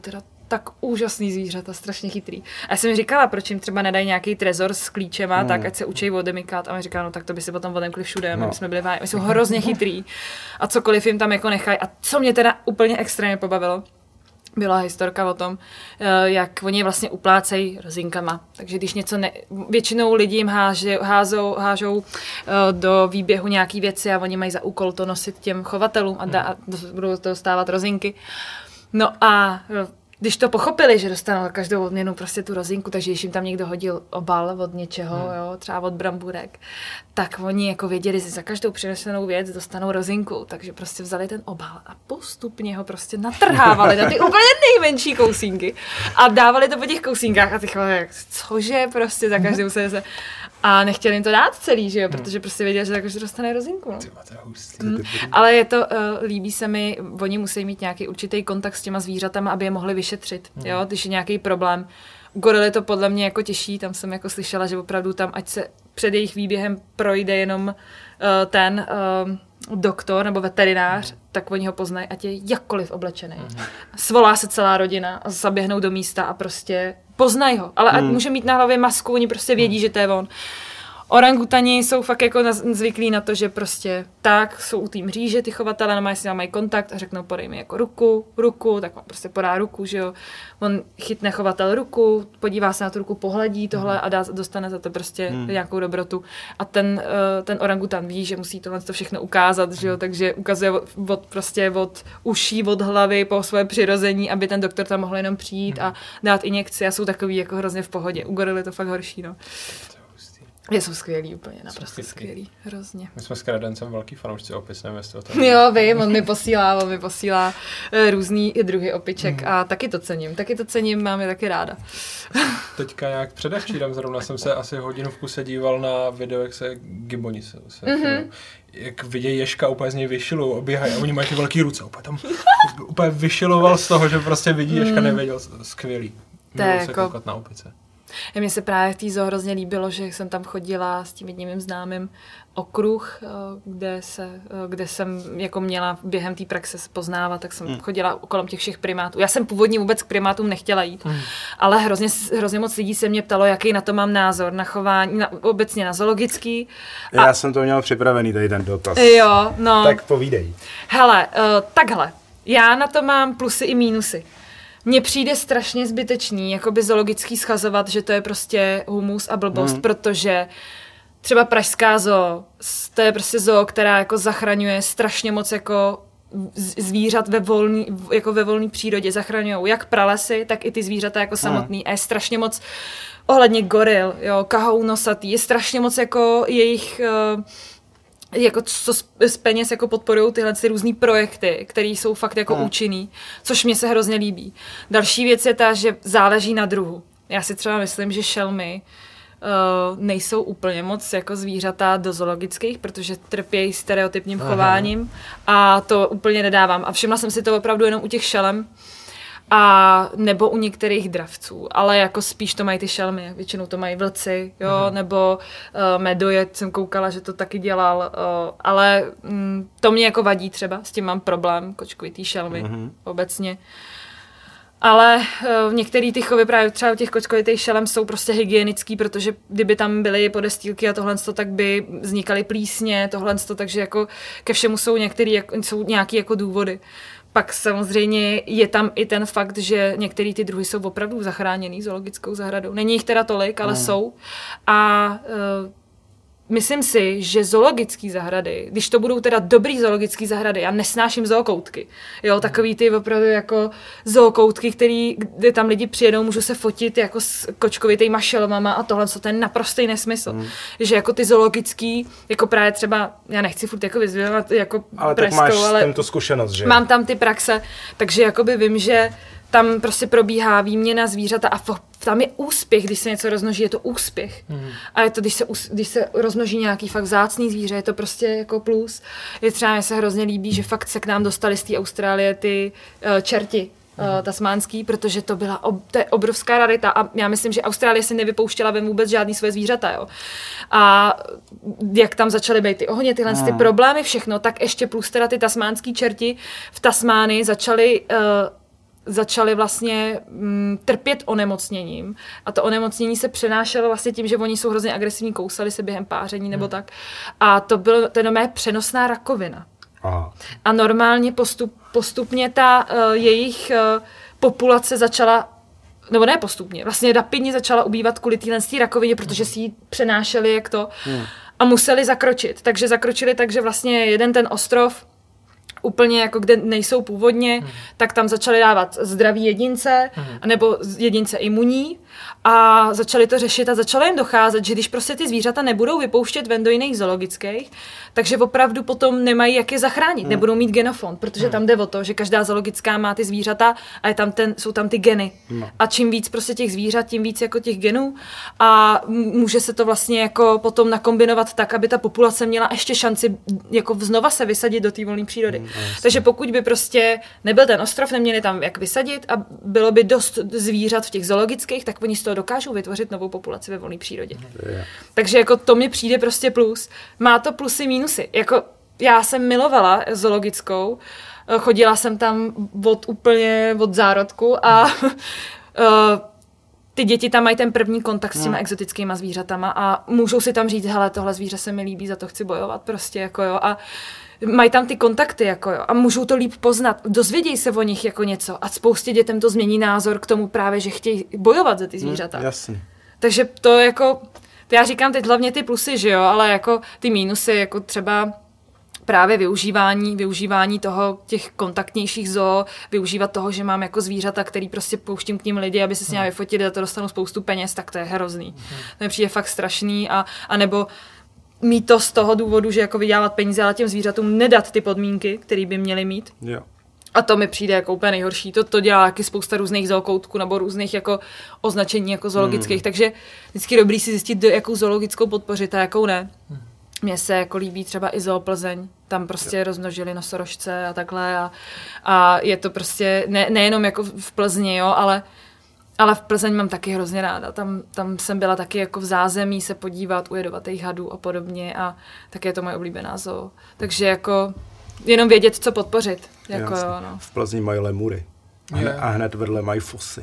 tak úžasný zvířata, strašně chytrý. A já jsem mi říkala, proč jim třeba nedají nějaký trezor s klíčema, mm. tak ať se učí odemykat. A mi říkala, no tak to by si potom odemkli všude, no. my jsme byli váj. My jsou hrozně chytrý. A cokoliv jim tam jako nechají. A co mě teda úplně extrémně pobavilo, byla historka o tom, jak oni vlastně uplácejí rozinkama. Takže když něco ne... Většinou lidi jim háže, házou, hážou do výběhu nějaký věci a oni mají za úkol to nosit těm chovatelům a, da, a budou dostávat rozinky. No a když to pochopili, že dostanou každou odměnu prostě tu rozinku, takže když jim tam někdo hodil obal od něčeho, hmm. jo, třeba od bramburek, tak oni jako věděli, že za každou přinesenou věc dostanou rozinku, takže prostě vzali ten obal a postupně ho prostě natrhávali na ty úplně nejmenší kousínky a dávali to po těch kousínkách a ty chovali, cože prostě za každou se se... A nechtěli jim to dát celý, že jo, protože prostě věděli, že takže dostane rozinku. No. Hmm. Ale je to, uh, líbí se mi, oni musí mít nějaký určitý kontakt s těma zvířatama, aby je mohli vyšetřit, hmm. jo, když je nějaký problém. U gorily to podle mě jako těžší, tam jsem jako slyšela, že opravdu tam, ať se před jejich výběhem projde jenom uh, ten uh, doktor nebo veterinář, hmm. tak oni ho poznají, ať je jakkoliv oblečený. Hmm. Svolá se celá rodina a zaběhnou do místa a prostě poznají ho, ale ať hmm. může mít na hlavě masku, oni prostě vědí, hmm. že to je on. Orangutani jsou fakt jako na, zvyklí na to, že prostě tak jsou u té mříže, ty chovatele, no, jestli mají kontakt a řeknou podej mi jako ruku, ruku, tak on prostě podá ruku, že jo. On chytne chovatel ruku, podívá se na tu ruku, pohledí tohle a dá, dostane za to prostě hmm. nějakou dobrotu. A ten, uh, ten orangutan ví, že musí tohle to všechno ukázat, že jo, takže ukazuje od, od, prostě od uší, od hlavy po své přirození, aby ten doktor tam mohl jenom přijít hmm. a dát injekci a jsou takový jako hrozně v pohodě. U gorily to fakt horší, no. Je jsou skvělý úplně, naprosto skvělý, hrozně. My jsme s Kredencem velký fanoušci opic, nevím, jestli o tom. Jo, vím, on mi posílá, on mi posílá uh, různý druhy opiček mm. a taky to cením, taky to cením, mám je taky ráda. Teďka nějak předevčírem zrovna jsem se asi hodinu v kuse díval na video, jak se gibboni se, se mm-hmm. jak vidějí ježka, úplně z něj vyšilou, obíhají a oni mají ty velký ruce, úplně tam úplně vyšiloval z toho, že prostě vidí ježka, nevěděl, skvělý. Měl se jako... koukat na opice. Mně se právě v té zoo hrozně líbilo, že jsem tam chodila s tím jedním mým známým okruh, kde, se, kde jsem jako měla během té praxe poznávat, tak jsem hmm. chodila kolem těch všech primátů. Já jsem původně vůbec k primátům nechtěla jít, hmm. ale hrozně, hrozně moc lidí se mě ptalo, jaký na to mám názor, na chování, na, obecně na zoologický. A... Já jsem to měla připravený, tady ten dotaz. Jo, no. Tak povídej. Hele, uh, takhle, já na to mám plusy i mínusy. Mně přijde strašně zbytečný, jakoby zoologický schazovat, že to je prostě humus a blbost, hmm. protože třeba pražská zoo, to je prostě zoo, která jako zachraňuje strašně moc jako zvířat ve volný, jako ve volné přírodě, zachraňujou jak pralesy, tak i ty zvířata jako samotný hmm. a je strašně moc ohledně goril, jo, kahoun nosatý, je strašně moc jako jejich... Uh, jako co z peněz jako podporují tyhle ty různý projekty, které jsou fakt jako hmm. účinný, což mě se hrozně líbí. Další věc je ta, že záleží na druhu. Já si třeba myslím, že šelmy uh, nejsou úplně moc jako zvířata do zoologických, protože trpějí stereotypním Aha. chováním a to úplně nedávám. A všimla jsem si to opravdu jenom u těch šelem, a nebo u některých dravců, ale jako spíš to mají ty šelmy, většinou to mají vlci, jo, mm. nebo uh, medojet, jsem koukala, že to taky dělal, uh, ale um, to mě jako vadí třeba, s tím mám problém, kočkovitý šelmy mm. obecně. Ale uh, některé ty chovy právě třeba u těch kočkovitých šelem jsou prostě hygienický, protože kdyby tam byly podestýlky a tohle, tak by vznikaly plísně, tohle, takže jako ke všemu jsou některé, jsou nějaké jako důvody. Pak samozřejmě je tam i ten fakt, že některé ty druhy jsou opravdu zachráněný zoologickou zahradou. Není jich teda tolik, ale mm. jsou. A uh, myslím si, že zoologické zahrady, když to budou teda dobrý zoologické zahrady, já nesnáším zookoutky. Jo, takový ty opravdu jako zookoutky, který, kde tam lidi přijedou, můžou se fotit jako s kočkovitejma šelmama a tohle, co to je naprostý nesmysl. Hmm. Že jako ty zoologický, jako právě třeba, já nechci furt jako vyzvěvat jako ale preskou, tak máš ale tento zkušenost, že? Mám tam ty praxe, takže jakoby vím, že tam prostě probíhá výměna zvířata a tam je úspěch, když se něco rozmnoží, je to úspěch. Mm. A je to, když se, když se rozmnoží nějaký fakt vzácný zvíře, je to prostě jako plus. Je třeba, mě se hrozně líbí, že fakt se k nám dostali z té Austrálie ty uh, čerti mm. uh, tasmánský, protože to byla ob, to je obrovská rarita a já myslím, že Austrálie si nevypouštěla ven vůbec žádný své zvířata. Jo. A jak tam začaly být ty ohně, tyhle mm. ty problémy, všechno, tak ještě plus teda ty tasmánský čerti v Tasmánii začaly uh, začali vlastně mm, trpět onemocněním a to onemocnění se přenášelo vlastně tím, že oni jsou hrozně agresivní, kousali se během páření nebo hmm. tak. A to byl ten mé přenosná rakovina. Aha. A normálně postup, postupně ta uh, jejich uh, populace začala, nebo ne postupně, vlastně rapidně začala ubývat kvůli téhle rakovině, protože si ji přenášeli jak to hmm. a museli zakročit. Takže zakročili tak, že vlastně jeden ten ostrov úplně jako kde nejsou původně, hmm. tak tam začali dávat zdraví jedince, hmm. nebo jedince imunní a začali to řešit a začalo jim docházet, že když prostě ty zvířata nebudou vypouštět ven do jiných zoologických, takže opravdu potom nemají jak je zachránit, hmm. nebudou mít genofond, protože hmm. tam jde o to, že každá zoologická má ty zvířata a je tam ten, jsou tam ty geny. No. A čím víc prostě těch zvířat, tím víc jako těch genů a může se to vlastně jako potom nakombinovat tak, aby ta populace měla ještě šanci jako znova se vysadit do té volné přírody. Hmm. Takže pokud by prostě nebyl ten ostrov, neměli tam jak vysadit a bylo by dost zvířat v těch zoologických, tak oni z toho dokážou vytvořit novou populaci ve volné přírodě. Yeah. Takže jako to mi přijde prostě plus. Má to plusy, mínusy. Jako já jsem milovala zoologickou, chodila jsem tam od úplně od zárodku a uh, ty děti tam mají ten první kontakt s těma mm. exotickýma zvířatama a můžou si tam říct, hele, tohle zvíře se mi líbí, za to chci bojovat prostě, jako jo. A mají tam ty kontakty, jako jo, a můžou to líp poznat, dozvědějí se o nich jako něco a spoustě dětem to změní názor k tomu právě, že chtějí bojovat za ty zvířata. Hmm, jasně. Takže to jako, to já říkám teď hlavně ty plusy, že jo, ale jako ty mínusy, jako třeba právě využívání, využívání toho těch kontaktnějších zoo, využívat toho, že mám jako zvířata, který prostě pouštím k ním lidi, aby se s nimi vyfotili, za to dostanu spoustu peněz, tak to je hrozný. To mi přijde fakt strašný a, a nebo mít to z toho důvodu, že jako vydělávat peníze, ale těm zvířatům nedat ty podmínky, které by měly mít. Jo. A to mi přijde jako úplně nejhorší. To, to dělá taky spousta různých zookoutků nebo různých jako označení jako zoologických, hmm. takže vždycky dobrý si zjistit, jakou zoologickou podpořit a jakou ne. Hmm. Mně se jako líbí třeba i Zoo Plzeň, tam prostě jo. rozmnožili nosorožce a takhle a, a je to prostě ne, nejenom jako v Plzni, jo, ale Ale v Plzeň mám taky hrozně ráda. Tam, tam jsem byla taky jako v zázemí se podívat u jedovatých hadů a podobně a taky je to moje oblíbená zoo. Takže jako jenom vědět, co podpořit. Jako jo, no. V Plzni mají lemury a, hned, a hned vedle mají fosy.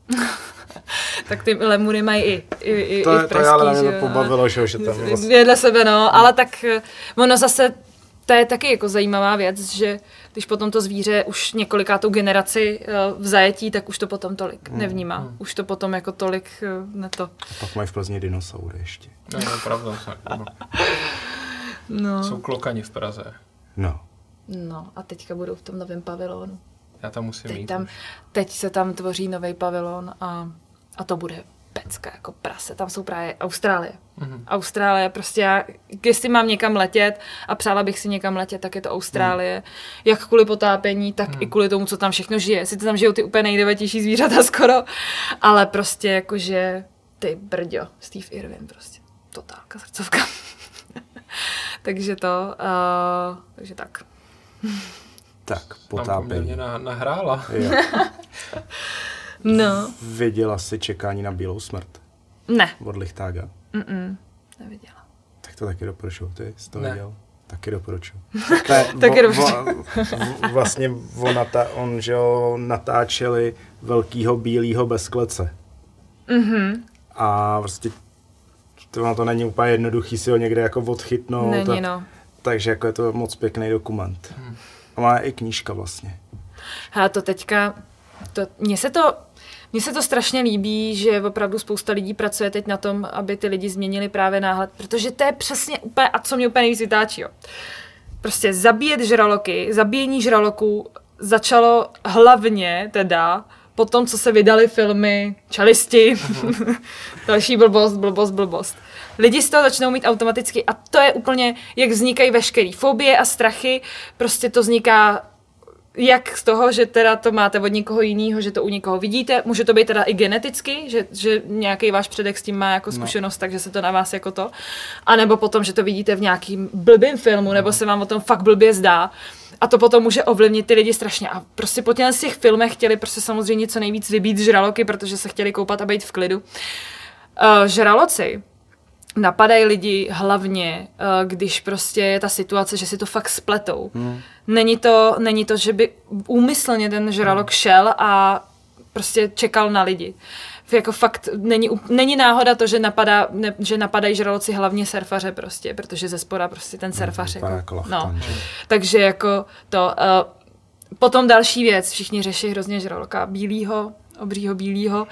Tak ty lemury mají i, i, i, to, i v Pražský, to ale mě to pobavilo, že, že tam vlastně... Vědle sebe, no, ale tak ono zase, to je taky jako zajímavá věc, že když potom to zvíře už několikátou generaci v zajetí, tak už to potom tolik hmm. nevnímá. Hmm. Už to potom jako tolik ne to. A pak mají v Plzni dinosaury ještě. No, no pravda. No. No. Jsou klokani v Praze. No. No a teďka budou v tom novém pavilonu. Já tam musím teď jít. Tam, teď se tam tvoří nový pavilon a, a to bude pecka jako prase. Tam jsou právě Austrálie. Mm-hmm. Austrálie, prostě já, jestli mám někam letět a přála bych si někam letět, tak je to Austrálie. Mm. Jak kvůli potápění, tak mm. i kvůli tomu, co tam všechno žije. Sice tam žijou ty úplně nejdevatější zvířata skoro, ale prostě jakože ty brďo, Steve Irwin prostě. Totálka srdcovka. takže to, uh, takže tak. Tak, potápění. Tam nahrála. No. Viděla jsi Čekání na bílou smrt? Ne. Od Lichtága? Mm-mm, neviděla. Tak to taky doporučuju, ty jsi to ne. viděl? Taky doporučuju. taky doporučuju. Vlastně on, on že ho natáčeli velkýho bílýho bez klece. Mhm. A vlastně to, to není úplně jednoduchý si ho někde jako odchytnout. Není, no. Takže jako je to moc pěkný dokument. Hmm. A má i knížka vlastně. A to teďka, to, mně se to, mně se to strašně líbí, že opravdu spousta lidí pracuje teď na tom, aby ty lidi změnili právě náhled, protože to je přesně úplně, a co mě úplně nejvíc vytáčí, jo. Prostě zabíjet žraloky, zabíjení žraloků začalo hlavně teda po tom, co se vydaly filmy Čelisti, uh-huh. další blbost, blbost, blbost. Lidi z toho začnou mít automaticky a to je úplně, jak vznikají veškerý fobie a strachy, prostě to vzniká jak z toho, že teda to máte od někoho jiného, že to u někoho vidíte, může to být teda i geneticky, že, že nějaký váš předek s tím má jako zkušenost, no. takže se to na vás jako to, anebo potom, že to vidíte v nějakým blbým filmu, nebo se vám o tom fakt blbě zdá. A to potom může ovlivnit ty lidi strašně. A prostě po těch, těch filmech chtěli prostě samozřejmě co nejvíc vybít žraloky, protože se chtěli koupat a být v klidu. Uh, žraloci napadají lidi hlavně, když prostě je ta situace, že si to fakt spletou. Hmm. Není to, není to, že by úmyslně ten žralok šel a prostě čekal na lidi. Jako fakt není, není náhoda to, že, napadá, ne, že napadají žraloci hlavně surfaře prostě, protože ze spoda prostě ten surfař. Hmm, jako, no. Takže jako to... Uh, potom další věc, všichni řeší hrozně žraloka bílýho, obřího bílýho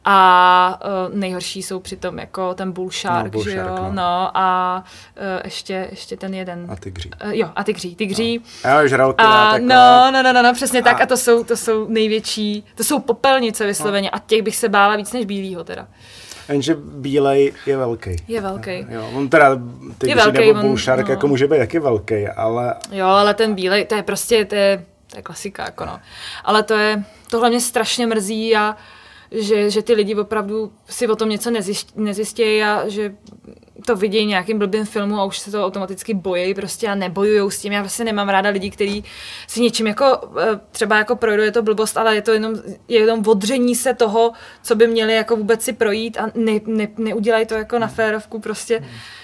a uh, nejhorší jsou přitom jako ten bull shark, no, bull že shark, jo, no. no a uh, ještě, ještě ten jeden. A tygří. Uh, jo, a tygří, tygří. No. Já žraloky a tak, no, no, no, no, no, přesně a... tak a to jsou, to jsou největší, to jsou popelnice vysloveně no. A těch bych se bála víc než bílýho teda. Jenže bílej je velký. Je velký. Jo, on teda tygří nebo bull shark no. Jako může být taky velký, ale... Jo, ale ten bílej, to je prostě, to je, to je klasika, jako no. Ale to je, tohle mě strašně mrzí a že, že ty lidi opravdu si o tom něco nezjistějí a že to vidějí nějakým blbým filmu a už se to automaticky bojí prostě a nebojujou s tím. Já prostě nemám ráda lidi, kteří si něčím jako, třeba jako projdou, je to blbost, ale je to jenom, je jenom odření se toho, co by měli jako vůbec si projít a ne, ne, neudělají to jako na férovku prostě.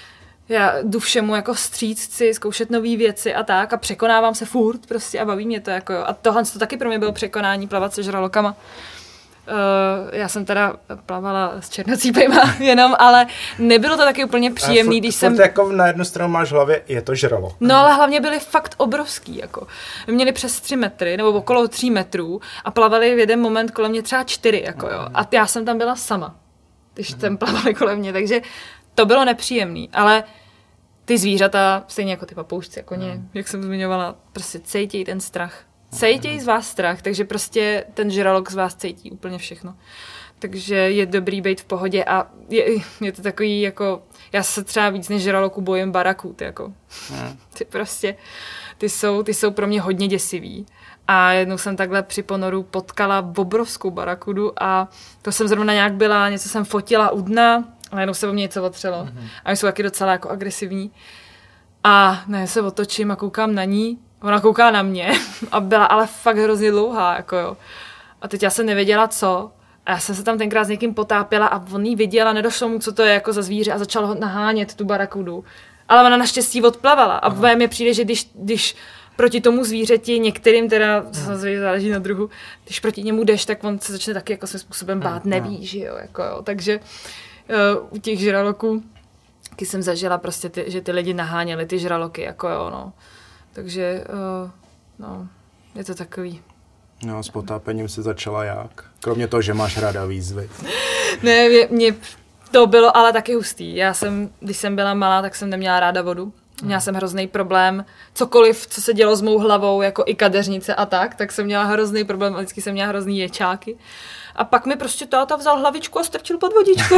Já jdu všemu jako vstříc, chci zkoušet nové věci a tak a překonávám se furt prostě a baví mě to jako jo. A tohle to taky pro mě bylo překonání plavat se žralokama. Uh, já jsem teda plavala s černocípejma jenom, ale nebylo to taky úplně příjemný, když jsem... jako na jednu stranu máš v hlavě, je to žralok. No ale hlavně byli fakt obrovský, jako. Měli přes tři metry, nebo okolo tří metrů a plavali v jeden moment kolem mě třeba čtyři, jako jo. A já jsem tam byla sama, když tam plavali kolem mě, takže to bylo nepříjemný, ale ty zvířata, stejně jako ty papoušci, jako koně, hmm. jak jsem zmiňovala, prostě cítějí ten strach. Cítějí z vás strach, takže prostě ten žralok z vás cítí úplně všechno. Takže je dobrý být v pohodě a je, je to takový jako, já se třeba víc než žraloku bojím baraků, ty jako, hmm. ty prostě, ty jsou, ty jsou pro mě hodně děsivý. A jednou jsem takhle při ponoru potkala obrovskou barakudu a to jsem zrovna nějak byla, něco jsem fotila u dna a jednou se o mě něco otřelo. Hmm. A oni jsou taky docela jako agresivní. A ne, se otočím a koukám na ní. Ona kouká na mě a byla ale fakt hrozně dlouhá, jako jo. A teď já jsem nevěděla, co. A já jsem se tam tenkrát s někým potápěla a on jí viděla, nedošlo mu, co to je jako za zvíře a začal ho nahánět tu barakudu. Ale ona naštěstí odplavala. A v mě přijde, že když, když proti tomu zvířeti, některým teda, samozřejmě záleží na druhu, když proti němu jdeš, tak on se začne taky jako svým způsobem bát, neví, že jo, jako jo. Takže uh, u těch žraloků, když jsem zažila prostě, ty, že ty lidi naháněli ty žraloky, jako jo, no. Takže, uh, no, je to takový. No, s potápením si začala jak? Kromě toho, že máš ráda výzvy. Ne, mě, mě to bylo ale taky hustý. Já jsem, když jsem byla malá, tak jsem neměla ráda vodu. Měla jsem hrozný problém. Cokoliv, co se dělo s mou hlavou, jako i kadeřnice a tak, tak jsem měla hrozný problém. Vždycky jsem měla hrozný ječáky. A pak mi prostě táta vzal hlavičku a strčil pod vodičku.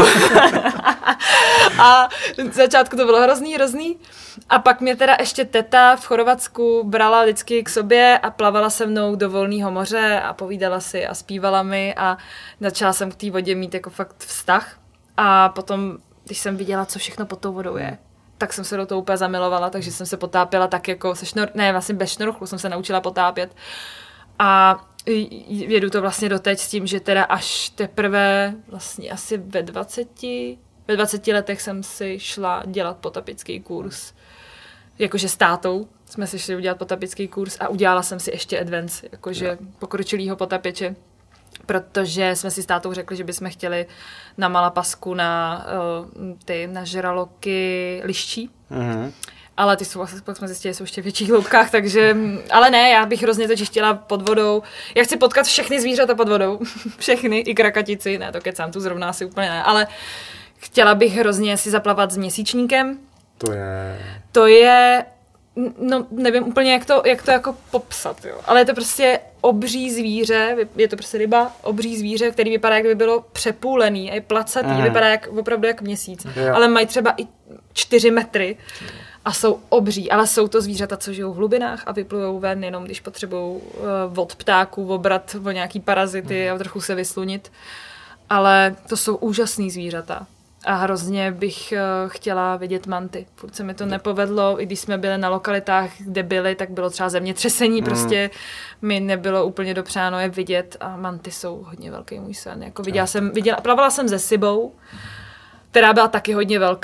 A v začátku to bylo hrozný, hrozný. A pak mě teda ještě teta v Chorvatsku brala vždycky k sobě a plavala se mnou do volného moře a povídala si a zpívala mi a začala jsem k té vodě mít jako fakt vztah. A potom, když jsem viděla, co všechno pod tou vodou je, tak jsem se do toho úplně zamilovala, takže jsem se potápěla tak jako se šnor... ne, vlastně bez šnorchlu jsem se naučila potápět. A jedu to vlastně doteď s tím, že teda až teprve vlastně asi ve dvaceti, ve dvaceti letech jsem si šla dělat potapický kurz. Jakože s tátou jsme si šli udělat potapický kurz a udělala jsem si ještě advance, jakože pokročilýho potapěče. Protože jsme si s tátou řekli, že bychom chtěli na Malapasku na uh, ty na žraloky liščí. Mm-hmm. Ale ty jsou, pak jsme zjistili, že jsou ještě v větších hloubkách, takže, ale ne, já bych hrozně totiž chtěla pod vodou. Já chci potkat všechny zvířata pod vodou, všechny, i krakatici, ne, to kecám, tu zrovna asi úplně ne, ale chtěla bych hrozně si zaplavat s měsíčníkem. To je... To je, no nevím úplně, jak to, jak to jako popsat, jo, ale je to prostě obří zvíře, je to prostě ryba, obří zvíře, který vypadá, jak by bylo přepůlený, je placatý, mm. vypadá jak, opravdu jak měsíc, jo. Ale mají třeba i čtyři metry. A jsou obří, ale jsou to zvířata, co žijou v hlubinách a vyplujou ven jenom, když potřebují uh, od ptáků obrat o nějaký parazity a trochu se vyslunit. Ale to jsou úžasný zvířata. A hrozně bych uh, chtěla vidět manty. Furt se mi to nepovedlo, i když jsme byli na lokalitách, kde byli, tak bylo třeba zemětřesení, mm. prostě mi nebylo úplně dopřáno je vidět a manty jsou hodně velký můj sen. Jako viděla jsem, viděla, plavala jsem se Sibou, která byla taky hodně velká.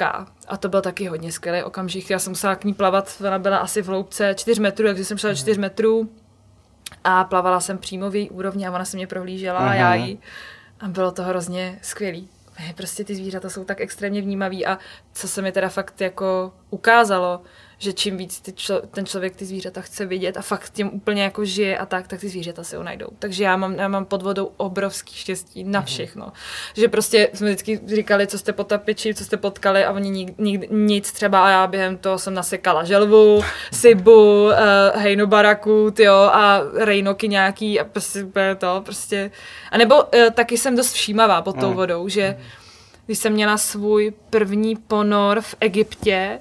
A to byl taky hodně skvělý okamžik. Já jsem musela k ní plavat, ona byla asi v hloubce čtyř metrů, takže jsem šla do čtyř metrů a plavala jsem přímo v její úrovni a ona se mě prohlížela a já jí. A bylo to hrozně skvělý. Prostě ty zvířata jsou tak extrémně vnímaví a co se mi teda fakt jako ukázalo, že čím víc ty člo, ten člověk ty zvířata chce vidět a fakt tím úplně jako žije a tak, tak ty zvířata si ho najdou. Takže já mám, já mám pod vodou obrovský štěstí na všechno. Mm. Že prostě jsme vždycky říkali, co jste potapiči, co jste potkali a oni nik, nik, nic třeba a já během toho jsem nasekala želvu, sibu, uh, hejnobaraku, tyjo, a rejnoky nějaký a prostě to prostě. A nebo uh, taky jsem dost všímavá pod tou vodou, že když jsem měla svůj první ponor v Egyptě,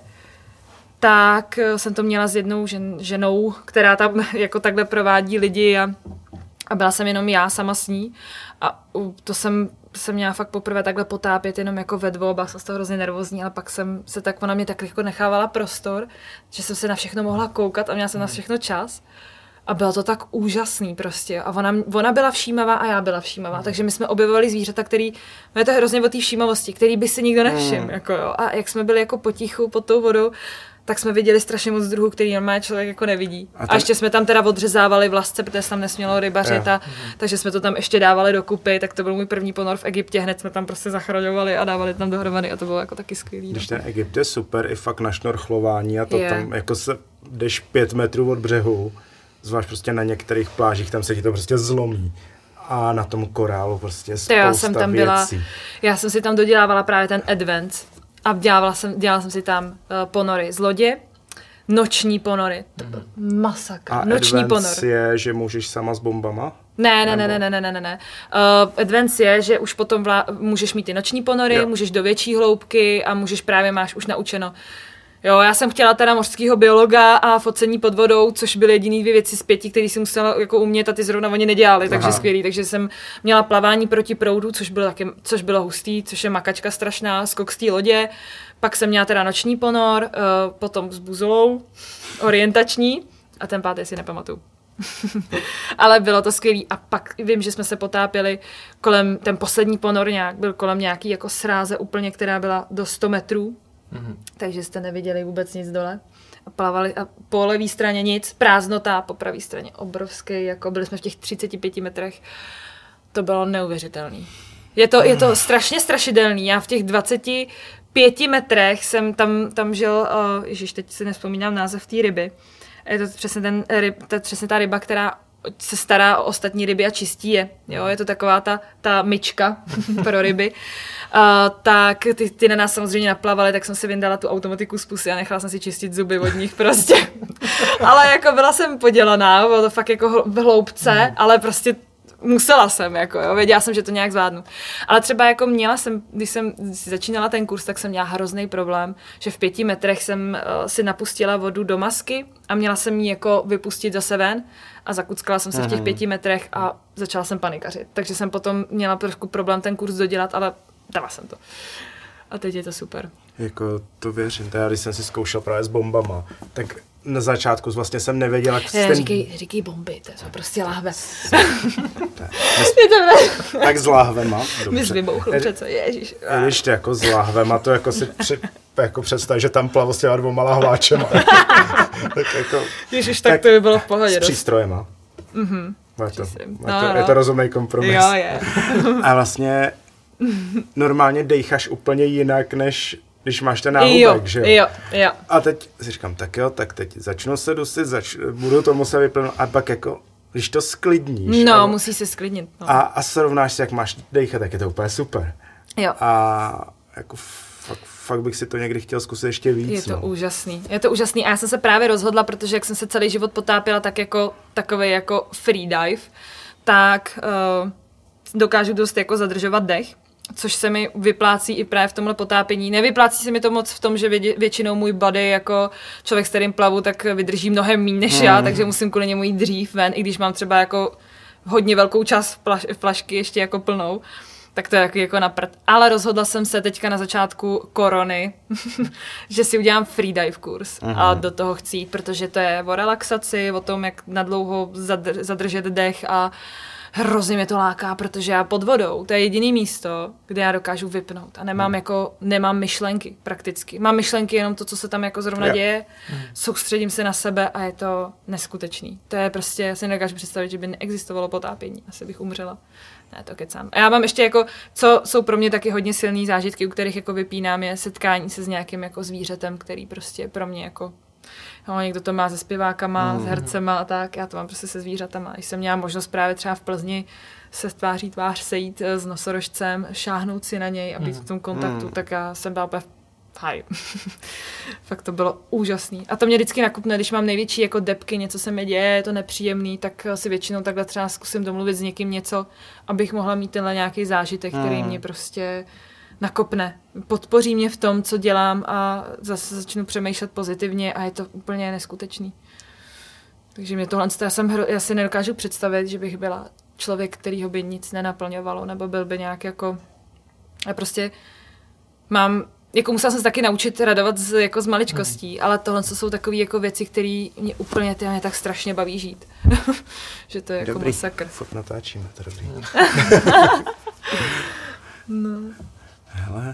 tak jsem to měla s jednou žen, ženou, která tam jako takhle provádí lidi a, a byla jsem jenom já sama s ní a to jsem, jsem měla fakt poprvé takhle potápět jenom jako ve dvou, byla jsem z toho hrozně nervózní, ale pak jsem se tak, ona mě tak jako nechávala prostor, že jsem se na všechno mohla koukat a měla jsem na všechno čas. A bylo to tak úžasný prostě. A ona, ona byla všímavá a já byla všímavá. Takže my jsme objevovali zvířata, který, je to hrozně o té všímavosti, který by si nikdo nevšiml. Mm. Jako jo. A jak jsme byli jako potichu pod tou vodou, tak jsme viděli strašně moc druhů, který normálně člověk jako nevidí. A, ten... a ještě jsme tam teda odřezávali vlasce, protože se tam nesmělo rybařit, a, takže jsme to tam ještě dávali dokupy, tak to byl můj první ponor v Egyptě, hned jsme tam prostě zachraňovali a dávali tam dohromady a to bylo jako taky skvělý. Když ten Egypt je super i fakt na šnorchlování a to je. Tam jako se jdeš pět metrů od břehu, zvlášť prostě na některých plážích, tam se ti to prostě zlomí. A na tom korálu prostě spousta já jsem tam věcí. Byla, já jsem si tam dodělávala právě ten advance a dělala jsem, dělala jsem si tam uh, ponory z lodě, noční ponory, to byl masakr, a noční ponor. A advance je, že můžeš sama s bombama? Ne, ne, ne, ne, ne, ne, ne, ne. Uh, advance je, že už potom vlá- můžeš mít ty noční ponory, jo. Můžeš do větší hloubky a můžeš právě máš už naučeno. Jo, já jsem chtěla teda mořského biologa a focení pod vodou, což byly jediný dvě věci z pěti, které si musela jako umět a ty zrovna oni nedělali, takže skvělý. Takže jsem měla plavání proti proudu, což bylo, taky, což bylo hustý, což je makačka strašná, skok z té lodě. Pak jsem měla teda noční ponor, uh, potom s buzolou, orientační a ten pátý si nepamatuju. Ale bylo to skvělý a pak vím, že jsme se potápěli kolem, ten poslední ponor nějak byl kolem nějaký jako sráze úplně, která byla do sto metrů. Mm-hmm. Takže jste neviděli vůbec nic dole. A plavali a po levé straně nic, prázdnota, po pravé straně obrovský, jako byli jsme v těch třiceti pěti metrech. To bylo neuvěřitelný. Je to, je to strašně strašidelný. Já v těch dvaceti pěti metrech jsem tam, tam žil, uh, ježiš, teď si nevzpomínám název té ryby. Je to přesně, ten ryb, ta, přesně ta ryba, která se stará o ostatní ryby a čistí je. Jo? Je to taková ta, ta myčka pro ryby. Uh, tak ty, ty na nás samozřejmě naplavaly, tak jsem si vyndala tu automatiku z pusy a nechala jsem si čistit zuby od nich prostě. Ale jako byla jsem podělaná, bylo to fakt jako v hloubce, ale prostě musela jsem, jako jo, věděla jsem, že to nějak zvládnu. Ale třeba jako měla jsem, když jsem začínala ten kurz, tak jsem měla hrozný problém, že v pěti metrech jsem uh, si napustila vodu do masky a měla jsem ji jako vypustit zase ven a zakuckala jsem se v těch pěti metrech a začala jsem panikařit. Takže jsem potom měla trošku problém ten kurz dodělat, ale dala jsem to. A teď je to super. Jako to věřím, teda když jsem si zkoušel právě s bombama, tak na začátku vlastně jsem nevěděla, jak ne, ten... říkej, říkej bomby, to jsou prostě lahve. Tak s lahvema, dobře. My jsi vybouchl přece, ježiš. Když to jako s lahvema, to jako si při, jako představ, že tam plavo s těma dvouma lahváčema. Tak jako... Ježiš, tak, tak to by bylo v pohodě. S přístrojema. Mhm. Je to, je no, to, no. je to rozumný kompromis. Jo, je. A vlastně normálně dejcháš úplně jinak, než když máš ten náhubek, jo, že jo? Jo, jo. A teď si říkám, tak jo, tak teď začnu se dusit, zač, budu to muset vyplnout a pak jako, když to sklidníš. No, a, musí se sklidnit. No. A, a srovnáš si, jak máš dejchat, tak je to úplně super. Jo. A jako fakt, fakt bych si to někdy chtěl zkusit ještě víc. Je to no. úžasný. Je to úžasný a já jsem se právě rozhodla, protože jak jsem se celý život potápěla tak jako takovej jako free dive, tak uh, dokážu dost jako zadržovat dech, což se mi vyplácí i právě v tomhle potápění. Nevyplácí se mi to moc v tom, že většinou můj body jako člověk, s kterým plavu, tak vydrží mnohem méně než já, mm. takže musím kvůli němu jít dřív ven, i když mám třeba jako hodně velkou část plaš- flašky ještě jako plnou, tak to je jako, jako na prd. Ale rozhodla jsem se teďka na začátku korony, že si udělám freedive kurz mm. a do toho chci jít, protože to je o relaxaci, o tom, jak nadlouho zadr- zadržet dech a hrozně mě to láká, protože já pod vodou, to je jediný místo, kde já dokážu vypnout a nemám jako, nemám myšlenky prakticky. Mám myšlenky jenom to, co se tam jako zrovna děje, soustředím se na sebe a je to neskutečný. To je prostě, já si nedokážu představit, že by neexistovalo potápění, asi bych umřela. Ne, to kecám. A já mám ještě jako, co jsou pro mě taky hodně silný zážitky, u kterých jako vypínám, je setkání se s nějakým jako zvířetem, který prostě pro mě jako, no, někdo to má se zpěvákama, mm. s hercema a tak, já to mám prostě se zvířatama. Když jsem měla možnost právě třeba v Plzni se tváří tvář sejít s nosorožcem, šáhnout si na něj a být mm. v tom kontaktu, mm. tak já jsem byla úplně haj. Fakt to bylo úžasný. A to mě vždycky nakupne, když mám největší jako depky, něco se mi děje, je to nepříjemný, tak si většinou takhle třeba zkusím domluvit s někým něco, abych mohla mít tenhle nějaký zážitek, který mě prostě nakopne. Podpoří mě v tom, co dělám a zase začnu přemýšlet pozitivně a je to úplně neskutečný. Takže mě tohle, já, jsem, já si nedokážu představit, že bych byla člověk, kterýho by nic nenaplňovalo, nebo byl by nějak jako... Já prostě mám... Jako musela jsem se taky naučit radovat z, jako z maličkostí, mm. ale tohle jsou takové jako věci, které mě úplně ty, mě tak strašně baví žít. Že to je jako dobrý. Masakr. Furt natáčíme, to dobrý. No. Hele.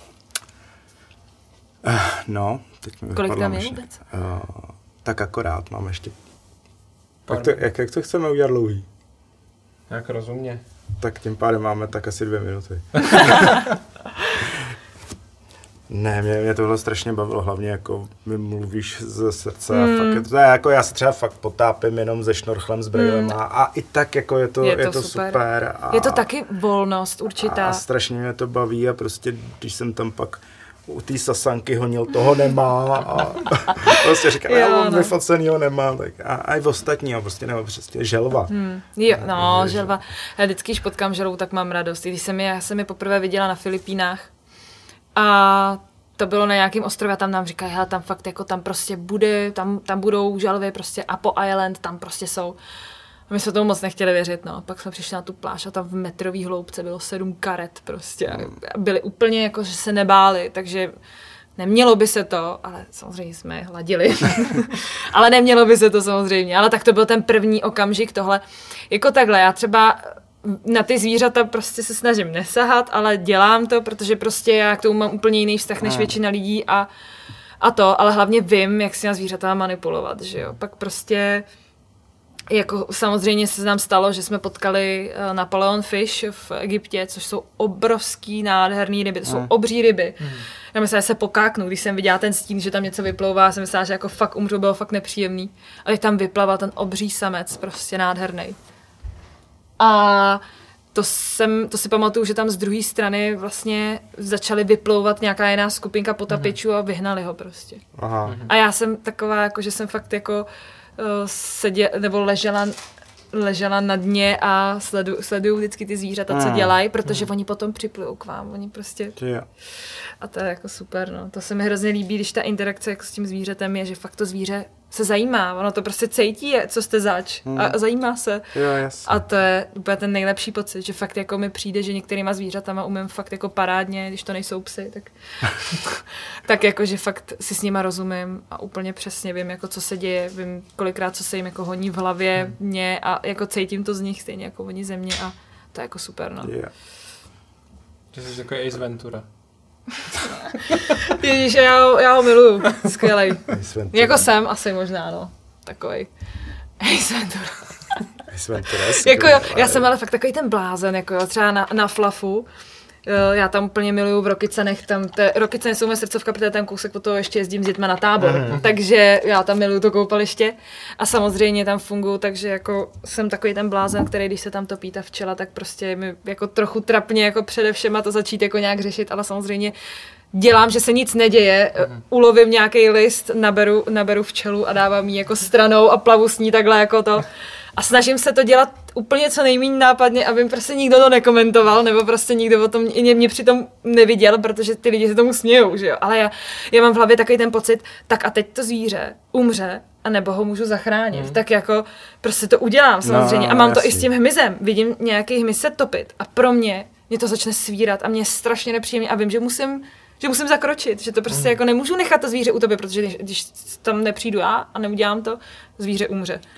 Uh, no, teď mi kolik tam je ještě. vůbec? Uh, tak akorát, mám ještě. Jak to, jak, jak to chceme udělat dlouhý? Jak rozumně. Tak tím pádem máme tak asi dvě minuty. Ne, mě, mě tohle strašně bavilo, hlavně jako mi mluvíš ze srdce. Mm. Fakt je to, to je jako já se třeba fakt potápím jenom se šnorchlem, s brejlem mm. a, a i tak jako je to, je to, je to super. super a, je to taky volnost určitá. A, a strašně mě to baví a prostě, když jsem tam pak u té sasanky honil, toho nemá a prostě říkám, já mám no. vyfocenýho nemá, tak a, a i v ostatního, prostě nebo prostě želva. Hmm. Jo, no, ne, želva. Já vždycky, když potkám želvu, tak mám radost. Když jsem je, já jsem je poprvé viděla na Filipínách, a to bylo na nějakém ostrově a tam nám říkají, hele, tam fakt jako tam prostě bude, tam, tam budou želvy prostě Apo Island, tam prostě jsou. A my jsme tomu moc nechtěli věřit, no. Pak jsme přišli na tu pláž a tam v metrový hloubce bylo sedm karet prostě. A byli úplně jako, že se nebáli, takže nemělo by se to, ale samozřejmě jsme hladili. Ale nemělo by se to samozřejmě. Ale tak to byl ten první okamžik tohle. Jako takhle, já třeba na ty zvířata prostě se snažím nesahat, ale dělám to, protože prostě já k tomu mám úplně jiný vztah než většina lidí a, a to, ale hlavně vím, jak si na zvířata manipulovat, že jo. Pak prostě jako samozřejmě se nám stalo, že jsme potkali Napoleon Fish v Egyptě, což jsou obrovský nádherný ryby, to jsou mm. obří ryby. Mm. Já myslela, že se pokáknu, když jsem viděla ten stín, že tam něco vyplouvá, jsem myslela, že jako fakt umřu, bylo fakt nepříjemný. A když tam vyplaval ten obří samec, prostě nádherný. A to, jsem, to si pamatuju, že tam z druhé strany vlastně začaly vyplouvat nějaká jiná skupinka potapěčů a vyhnali ho prostě. Aha. A já jsem taková, jako, že jsem fakt jako uh, sedě, nebo ležela, ležela na dně a sledu, sleduju vždycky ty zvířata, co dělají, protože mm. oni potom připlujou k vám, oni prostě... Yeah. A to je jako super, no. To se mi hrozně líbí, když ta interakce jako s tím zvířetem je, že fakt to zvíře se zajímá, ono to prostě cítí, co jste zač hmm. a zajímá se. Jo, jasně. A to je úplně ten nejlepší pocit, že fakt jako mi přijde, že některýma zvířatama umím fakt jako parádně, když to nejsou psy, tak, tak jako, že fakt si s nima rozumím a úplně přesně vím, jako co se děje, vím kolikrát, co se jim jako honí v hlavě hmm. mě a jako cítím to z nich stejně jako oni ze mě a to je jako super, no. Yeah. Že jsi jako Ace Ventura. Ježíš, já ho, já ho miluju. Skvělej. Jako jsem asi možná, no. Takovej. Ace Ventura. Ace Ventura jako jo, já jsem ale fakt takový ten blázen, jako jo, třeba na, na Flafu. Já tam úplně miluju v Rokycanech, tam te, Rokycany jsou moje srdcovka, protože tam kousek od toho ještě jezdím s dětma na tábor, mm. takže já tam miluju to koupaliště a samozřejmě tam funguju, takže jako jsem takový ten blázen, který když se tam topí ta včela, tak prostě mi jako trochu trapně jako přede všema to začít jako nějak řešit, ale samozřejmě dělám, že se nic neděje, mm. ulovím nějaký list, naberu, naberu včelu a dávám jí jako stranou a plavu s ní takhle jako to. A snažím se to dělat úplně co nejméně nápadně, aby prostě nikdo to nekomentoval, nebo prostě nikdo o tom mě, mě přitom neviděl, protože ty lidi se tomu smějou, že jo. Ale já, já mám v hlavě takový ten pocit, tak a teď to zvíře umře, a nebo ho můžu zachránit. Mm. Tak jako prostě to udělám samozřejmě. No, a mám jasný. To i s tím hmyzem. Vidím nějaký hmyz se topit a pro mě mě to začne svírat a mě je strašně nepříjemně a vím, že musím že musím zakročit, že to prostě mm. jako nemůžu nechat to zvíře u tebe, protože když, když tam nepřijdu já a neudělám to, zvíře umře.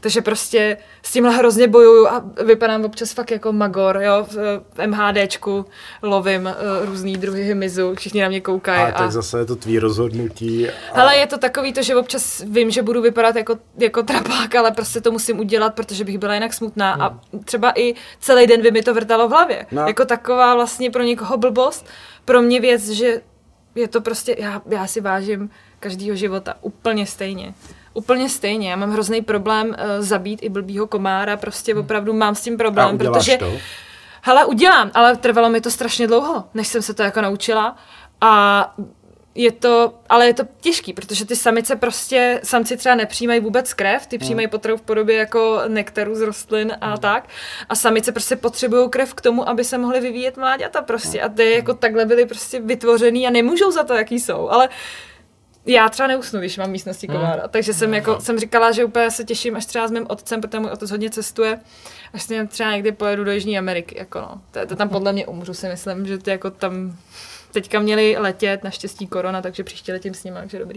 Takže prostě s tímhle hrozně bojuju a vypadám občas fakt jako magor, jo, v, v MHDčku lovím uh, různý druhy hmyzu, všichni na mě koukají. A, a tak zase je to tvý rozhodnutí. A... Hele, je to takový to, že občas vím, že budu vypadat jako, jako trapák, ale prostě to musím udělat, protože bych byla jinak smutná hmm. a třeba i celý den by mi to vrtalo v hlavě. No. Jako taková vlastně pro někoho blbost, pro mě věc, že je to prostě, já, já si vážím každýho života úplně stejně. Úplně stejně. Já mám hrozný problém uh, zabít i blbýho komára, prostě opravdu mám s tím problém, a uděláš protože... to? Hele, udělám, ale trvalo mi to strašně dlouho, než jsem se to jako naučila a je to, ale je to těžký, protože ty samice prostě, samci třeba nepřijímají vůbec krev, ty přijímají potravu v podobě jako nektaru z rostlin a mm. tak. A samice prostě potřebují krev k tomu, aby se mohly vyvíjet mláďata prostě. A ty jako takhle byly prostě vytvořený a nemůžou za to, jaký jsou. Ale já třeba neusnu, když mám místnosti komára. Mm. Takže jsem jako, jsem říkala, že úplně se těším, až třeba s mým otcem, protože můj otec hodně cestuje, až s ním třeba někdy pojedu do Jižní Ameriky. Jako no. to, to tam podle mě umřu, si myslím, že to jako tam... Teďka měli letět, naštěstí korona, takže příště letím s nimi, takže dobrý.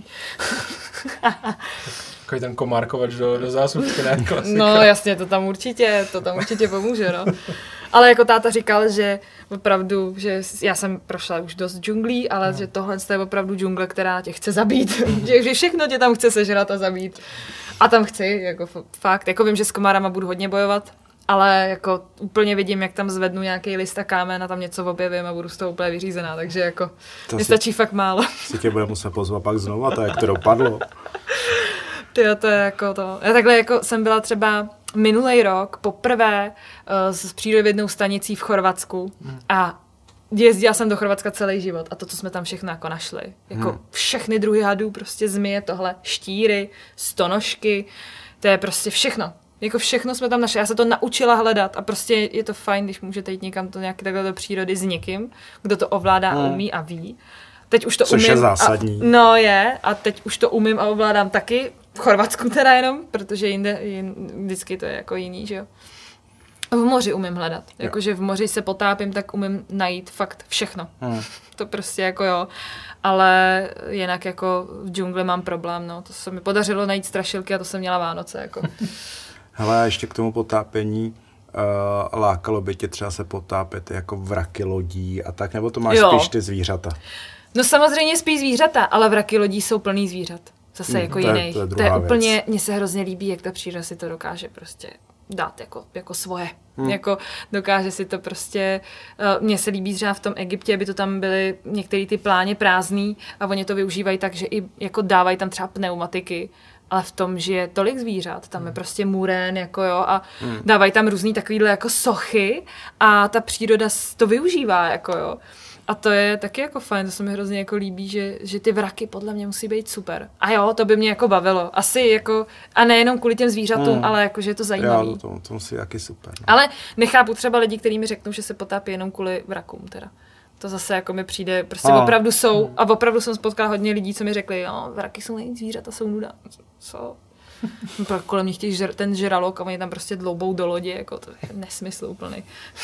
Takový ten komárkovač do, do zásuvky, ne? Klasika. No jasně, to tam určitě, to tam určitě pomůže, no. Ale jako táta říkal, že opravdu, že já jsem prošla už dost džunglí, ale no. že tohle je opravdu džungle, která tě chce zabít. že všechno tě tam chce sežrat a zabít. A tam chci, jako fakt. Jako vím, že s komárama budu hodně bojovat, ale jako úplně vidím, jak tam zvednu nějaký list a kámen a tam něco objevím a budu z toho úplně vyřízená, takže jako mi stačí fakt málo. Si tě bude muset pozvat pak znovu a to jak to dopadlo. Tyjo, to je jako to. Já takhle jako jsem byla třeba minulý rok poprvé uh, s přírodovědnou stanicí v Chorvatsku hmm. a jezdila jsem do Chorvatska celý život a to, co jsme tam všechno jako našli. Jako hmm. všechny druhy hadů, prostě zmije, tohle, štíry, stonožky, to je prostě všechno. Jako všechno jsme tam našli. Já se to naučila hledat a prostě je to fajn, když můžete jít někam to nějak takhle do přírody s někým, kdo to ovládá, hmm. umí a ví. Teď už to Což umím. je zásadní. A, no je, a teď už to umím a ovládám taky. V Chorvatsku teda jenom, protože jinde, jinde vždycky to je jako jiný, že jo. V moři umím hledat. Jakože v moři se potápím, tak umím najít fakt všechno. Hmm. To prostě jako jo. Ale jinak jako v džungli mám problém, no. To se mi podařilo najít strašilky a to jsem měla Vánoce, jako. Hele, ještě k tomu potápění, uh, lákalo by tě třeba se potápět jako vraky lodí a tak, nebo to máš jo. spíš ty zvířata? No samozřejmě spíš zvířata, ale vraky lodí jsou plný zvířat. Zase hmm, jako jiných. To je, to je, to je úplně, mně se hrozně líbí, jak ta příroda si to dokáže prostě dát jako, jako svoje. Hmm. Jako dokáže si to prostě, uh, mně se líbí třeba v tom Egyptě, aby to tam byly některé ty pláně prázdný a oni to využívají tak, že i jako dávají tam třeba pneumatiky, ale v tom, že je tolik zvířat, tam je prostě murén, jako jo, a hmm. dávají tam různý takovýhle jako sochy a ta příroda to využívá, jako jo. A to je taky jako fajn, to se mi hrozně jako líbí, že, že ty vraky podle mě musí být super. A jo, to by mě jako bavilo. Asi jako, a nejenom kvůli těm zvířatům, hmm. ale jako, že je to zajímavý. Jo, to, to musí taky super. No. Ale nechápu třeba lidi, kteří mi řeknou, že se potápí jenom kvůli vrakům teda. To zase jako mi přijde, prostě a. opravdu jsou, a opravdu jsem spotkala hodně lidí, co mi řekli, jo, vraky jsou nejvíc zvířata, jsou nuda. Co? Kolem nich těch žer, ten žralok a oni tam prostě dloubou do lodi, jako to je nesmysl úplný.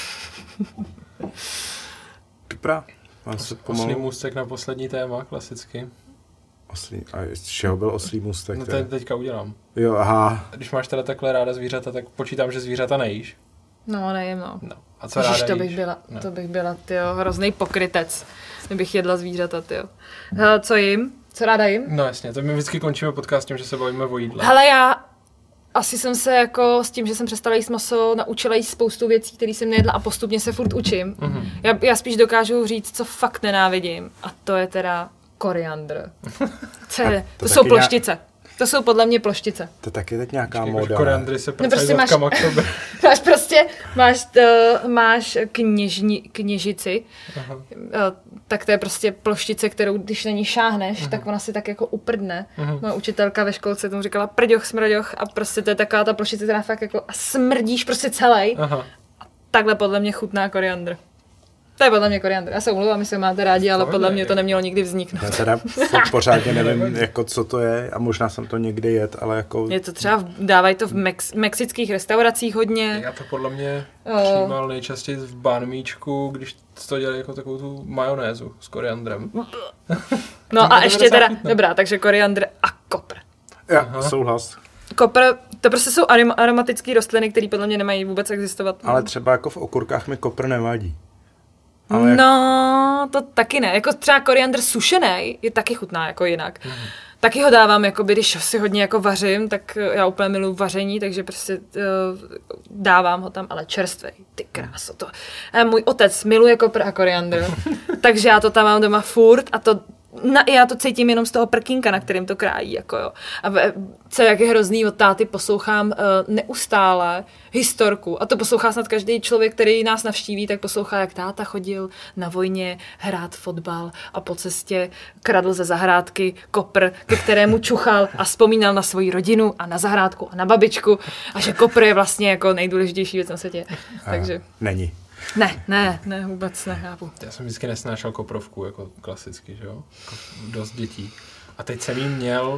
Dobrá. Os, oslý můstek na poslední téma, klasicky. Oslý, a z čeho byl oslý můstek? No to teďka udělám. Jo, aha. Když máš teda takhle ráda zvířata, tak počítám, že zvířata nejíš. No, nejím, no. no. A co Ježiš, ráda to bych jíš? byla, no. to bych byla, tyjo, hrozný pokrytec, kdybych jedla zvířata, tyjo. Hele, co jim? Co ráda jim? No jasně, to my vždycky končíme podcast tím, že se bavíme o jídle. Hele, já asi jsem se jako s tím, že jsem přestala jíst maso, naučila jíst spoustu věcí, které jsem nejedla a postupně se furt učím. Mm-hmm. Já, já spíš dokážu říct, co fakt nenávidím. A to je teda koriandr. Co je? To, to jsou ploštice. Nějak... To jsou podle mě ploštice. To taky teď nějaká Počkej, moda. Koriandry se no prostě máš, k máš prostě, máš, to, máš kněžni, kněžici, aha. Tak to je prostě ploštice, kterou když na ní šáhneš, aha. tak ona si tak jako uprdne. Aha. Moje učitelka ve školce tomu říkala prďoch, smrďoch a prostě to je taková ta ploštice, která fakt jako a smrdíš prostě celej. Aha. A takhle podle mě chutná koriandr. To je podle mě koriandr. Já se omluvám, my se máte rádi, ale podle mě to nemělo nikdy vzniknout. Já teda pořádně nevím, jako, co to je a možná jsem to někdy jet, ale jako... Je to třeba, dávají to v mex, mexických restauracích hodně. Já to podle mě přijímal nejčastěji v bánmíčku, když to dělali jako takovou tu majonézu s koriandrem. No a ještě teda, dobrá, takže koriandr a kopr. Já, souhlas. kopr, to prostě jsou arom, aromatické rostliny, které podle mě nemají vůbec existovat. Ale třeba jako v okurkách mi kopr nevadí. Ale no, to taky ne. Jako třeba koriandr sušený je taky chutná jako jinak. Mm. Taky ho dávám, jako když si hodně jako vařím, tak já úplně miluji vaření, takže prostě uh, dávám ho tam, ale čerstvej. Ty kráso, to. A můj otec miluje kopr a koriandr, takže já to tam mám doma furt a to Na, já to cítím jenom z toho prkínka, na kterým to krájí. Jako jo. A co jak je hrozný, od táty poslouchám uh, neustále historku. A to poslouchá snad každý člověk, který nás navštíví, tak poslouchá, jak táta chodil na vojně hrát fotbal a po cestě kradl ze zahrádky kopr, ke kterému čuchal a vzpomínal na svoji rodinu a na zahrádku a na babičku. A že kopr je vlastně jako nejdůležitější věc na světě. Takže... Není. Ne, ne, ne, vůbec nechápu. Já jsem vždycky nesnášel koprovku, jako klasicky, že jo? Jako dost dětí. A teď jsem jí měl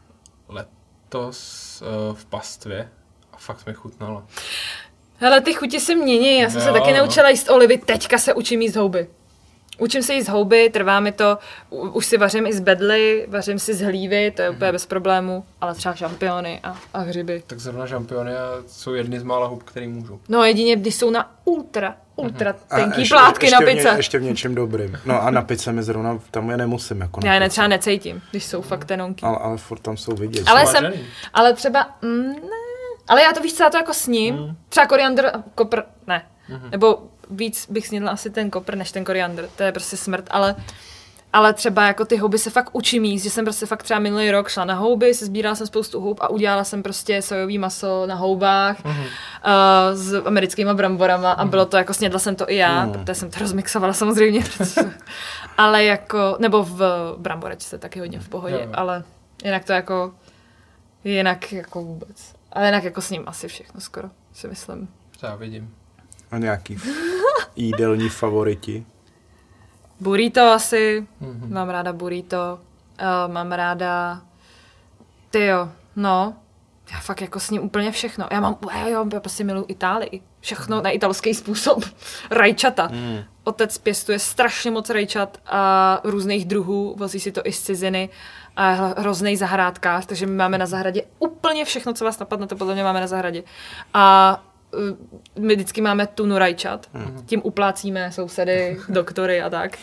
letos uh, v pastvě a fakt mi chutnala. Hele, ty chuti se mění, já jsem no, se taky no. naučila jíst olivy, teďka se učím jíst houby. Učím se jíst houby, trvá mi to, u, už si vařím i z bedly, vařím si z hlívy, to je úplně bez problému, ale třeba šampiony a, a hřiby. Tak zrovna šampiony jsou jedny z mála hub, který můžu. No jedině, když jsou na ultra, ultra A tenký ještě, plátky ještě na pice. V ně, ještě v něčem dobrým. No a na pice mi zrovna, tam je nemusím. Jako já je ne, třeba necítím, když jsou fakt tenonky. Ale, ale furt tam jsou vidět. Ale jsou jsem, vážený. ale třeba, mm, ne, ale já to víš, co já to jako sním, mm. třeba koriandr a kopr, ne, mm-hmm. nebo víc bych snědla asi ten kopr, než ten koriandr, to je prostě smrt, ale, ale třeba jako ty houby se fakt učím jíst, že jsem prostě fakt třeba minulý rok šla na houby, se sbírala jsem spoustu houb a udělala jsem prostě sojový maso na houbách mm-hmm. uh, s americkýma bramborama a mm-hmm. bylo to jako, snědla jsem to i já, mm. protože jsem to rozmixovala samozřejmě, ale jako, nebo v bramborečce taky hodně v pohodě, jo. Ale jinak to jako, jinak jako vůbec, ale jinak jako s ním asi všechno skoro, si myslím. Já vidím. A nějaký jídelní favoriti? Burrito asi, mm-hmm. mám ráda burrito, uh, mám ráda, tyjo, no, já fakt jako s ním úplně všechno. Já mám, jo, já prostě miluji Itálii, všechno na italský způsob, rajčata. Mm. Otec pěstuje strašně moc rajčat a různých druhů, vozí si to i z ciziny a je hrozný zahrádkář, takže my máme na zahradě úplně všechno, co vás napadne, to podle mě máme na zahradě. A my vždycky máme tunu rajčat, mm. tím uplácíme sousedy, doktory a tak.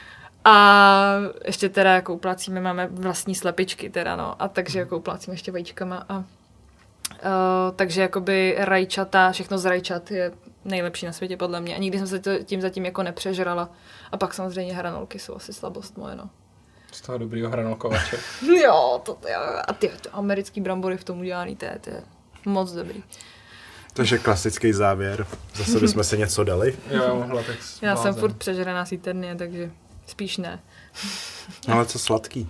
A ještě teda jako uplácíme, máme vlastní slepičky teda, no. A takže jako uplácíme ještě vajíčkama a uh, takže jakoby rajčata, všechno z rajčat je nejlepší na světě podle mě. A nikdy jsem se to tím zatím jako nepřežrala. A pak samozřejmě hranolky jsou asi slabost moje, no. Z toho dobrýho hranolkovače. Jo, to, jo. A ty to americký brambory v tom udělaný, to je, to je moc dobrý. Takže klasický závěr. Zase bychom se něco dali. Jo, mohla tak já jsem furt přežraná z internie, takže spíš ne. Ale co sladký?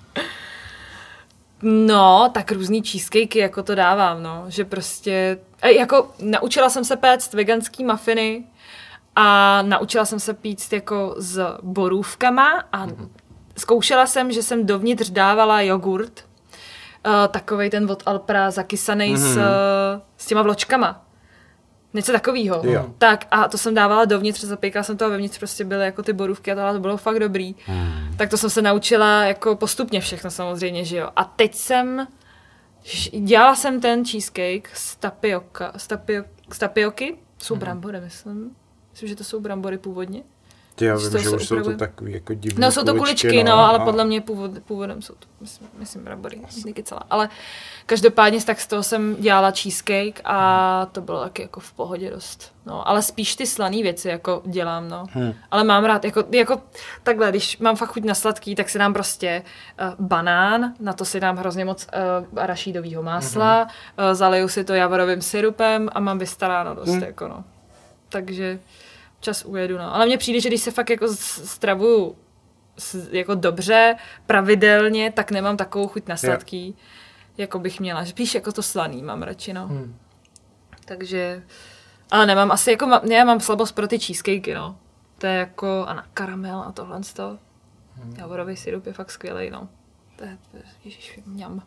No, tak různý cheesecakey, jako to dávám, no. Že prostě, jako naučila jsem se péct veganský muffiny a naučila jsem se pít jako s borůvkama a mm-hmm. zkoušela jsem, že jsem dovnitř dávala jogurt, uh, takovej ten od Alpra zakysaný mm-hmm. s, s těma vločkama. Něco takovýho. Jo. Tak a to jsem dávala dovnitř, zapékala jsem to a vevnitř prostě byly jako ty borůvky a tohle to bylo fakt dobrý. Hmm. Tak to jsem se naučila jako postupně všechno samozřejmě, že jo. A teď jsem, dělala jsem ten cheesecake z tapioka, z, tapio, z tapioky, jsou hmm. brambory, myslím. Myslím, že to jsou brambory původně. Já vím, že už jsou to takový jako divný No jsou to kuličky, kuličky no, no ale a... podle mě původ, původem jsou to, myslím, myslím brambory, celá. Ale každopádně tak z toho jsem dělala cheesecake a to bylo taky jako v pohodě dost. No, ale spíš ty slaný věci jako dělám, no. Hmm. Ale mám rád, jako, jako takhle, když mám fakt chuť na sladký, tak si dám prostě uh, banán, na to si dám hrozně moc uh, arašídového másla, hmm. uh, zaleju si to javorovým syrupem a mám vystaráno dost, hmm. jako no. Takže čas ujedu, no. Ale mně přijde, že když se fakt jako stravuju jako dobře, pravidelně, tak nemám takovou chuť na sladký, yeah. jako bych měla. Spíš jako to slaný mám radši, no. Hmm. Takže, ale nemám asi, jako, já mám slabost pro ty cheesecakey, no. To je jako, a na karamel a tohle z toho. Hmm. Javorový syrup je fakt skvělej, no. To je, to je ježiš, mňam.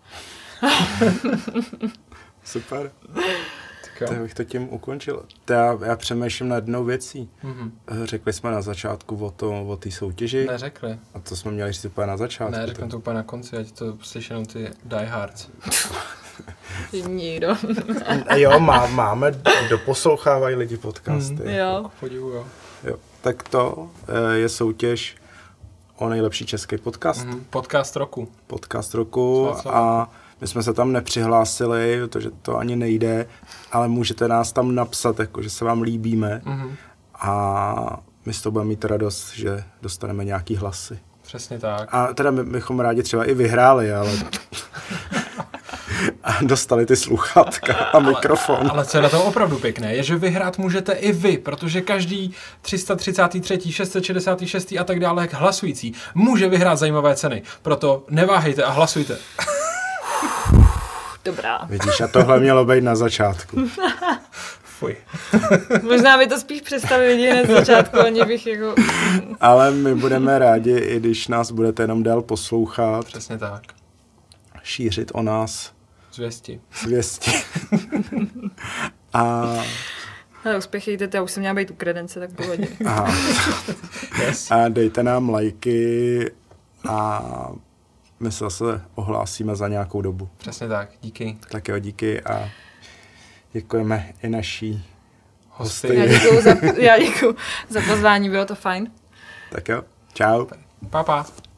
Super. Tak bych to tím ukončil. Já, já přemýšlím nad jednou věcí. Mm-hmm. Řekli jsme na začátku o to, o té soutěži. Neřekli. A to jsme měli říct úplně na začátku. Ne, řeknu to úplně na konci, ať to slyší jenom ty diehards. Nikdo. Jo, má, máme, doposlouchávají lidi podcasty. Mm, jo. Podivu, jo. jo. Tak to je soutěž o nejlepší český podcast. Mm, podcast roku. Podcast roku a my jsme se tam nepřihlásili, protože to ani nejde, ale můžete nás tam napsat, jako, že se vám líbíme mm-hmm. a my z toho budeme mít radost, že dostaneme nějaký hlasy. Přesně tak. A teda my bychom rádi třeba i vyhráli, ale... a dostali ty sluchátka a mikrofon. Ale, ale co je na tom opravdu pěkné, je, že vyhrát můžete i vy, protože každý tři sta třicátý třetí, šest set šedesátý šestý a tak dále hlasující může vyhrát zajímavé ceny. Proto neváhejte a hlasujte. Dobrá. Vidíš, a tohle mělo být na začátku. Fuj. Možná by to spíš představili lidi hned z začátku, ani bych jako... Ale my budeme rádi, i když nás budete jenom dál poslouchat. Přesně tak. Šířit o nás zvěsti. Zvěsti. a... Ale uspěchejte, já už jsem měla být u kredence, tak pohodě. Yes. A dejte nám lajky a my se zase ohlásíme za nějakou dobu. Přesně tak, díky. Tak jo, díky a děkujeme i naší hosty. Já děkuju za, já děkuju za pozvání, bylo to fajn. Tak jo, čau. Pa, pa.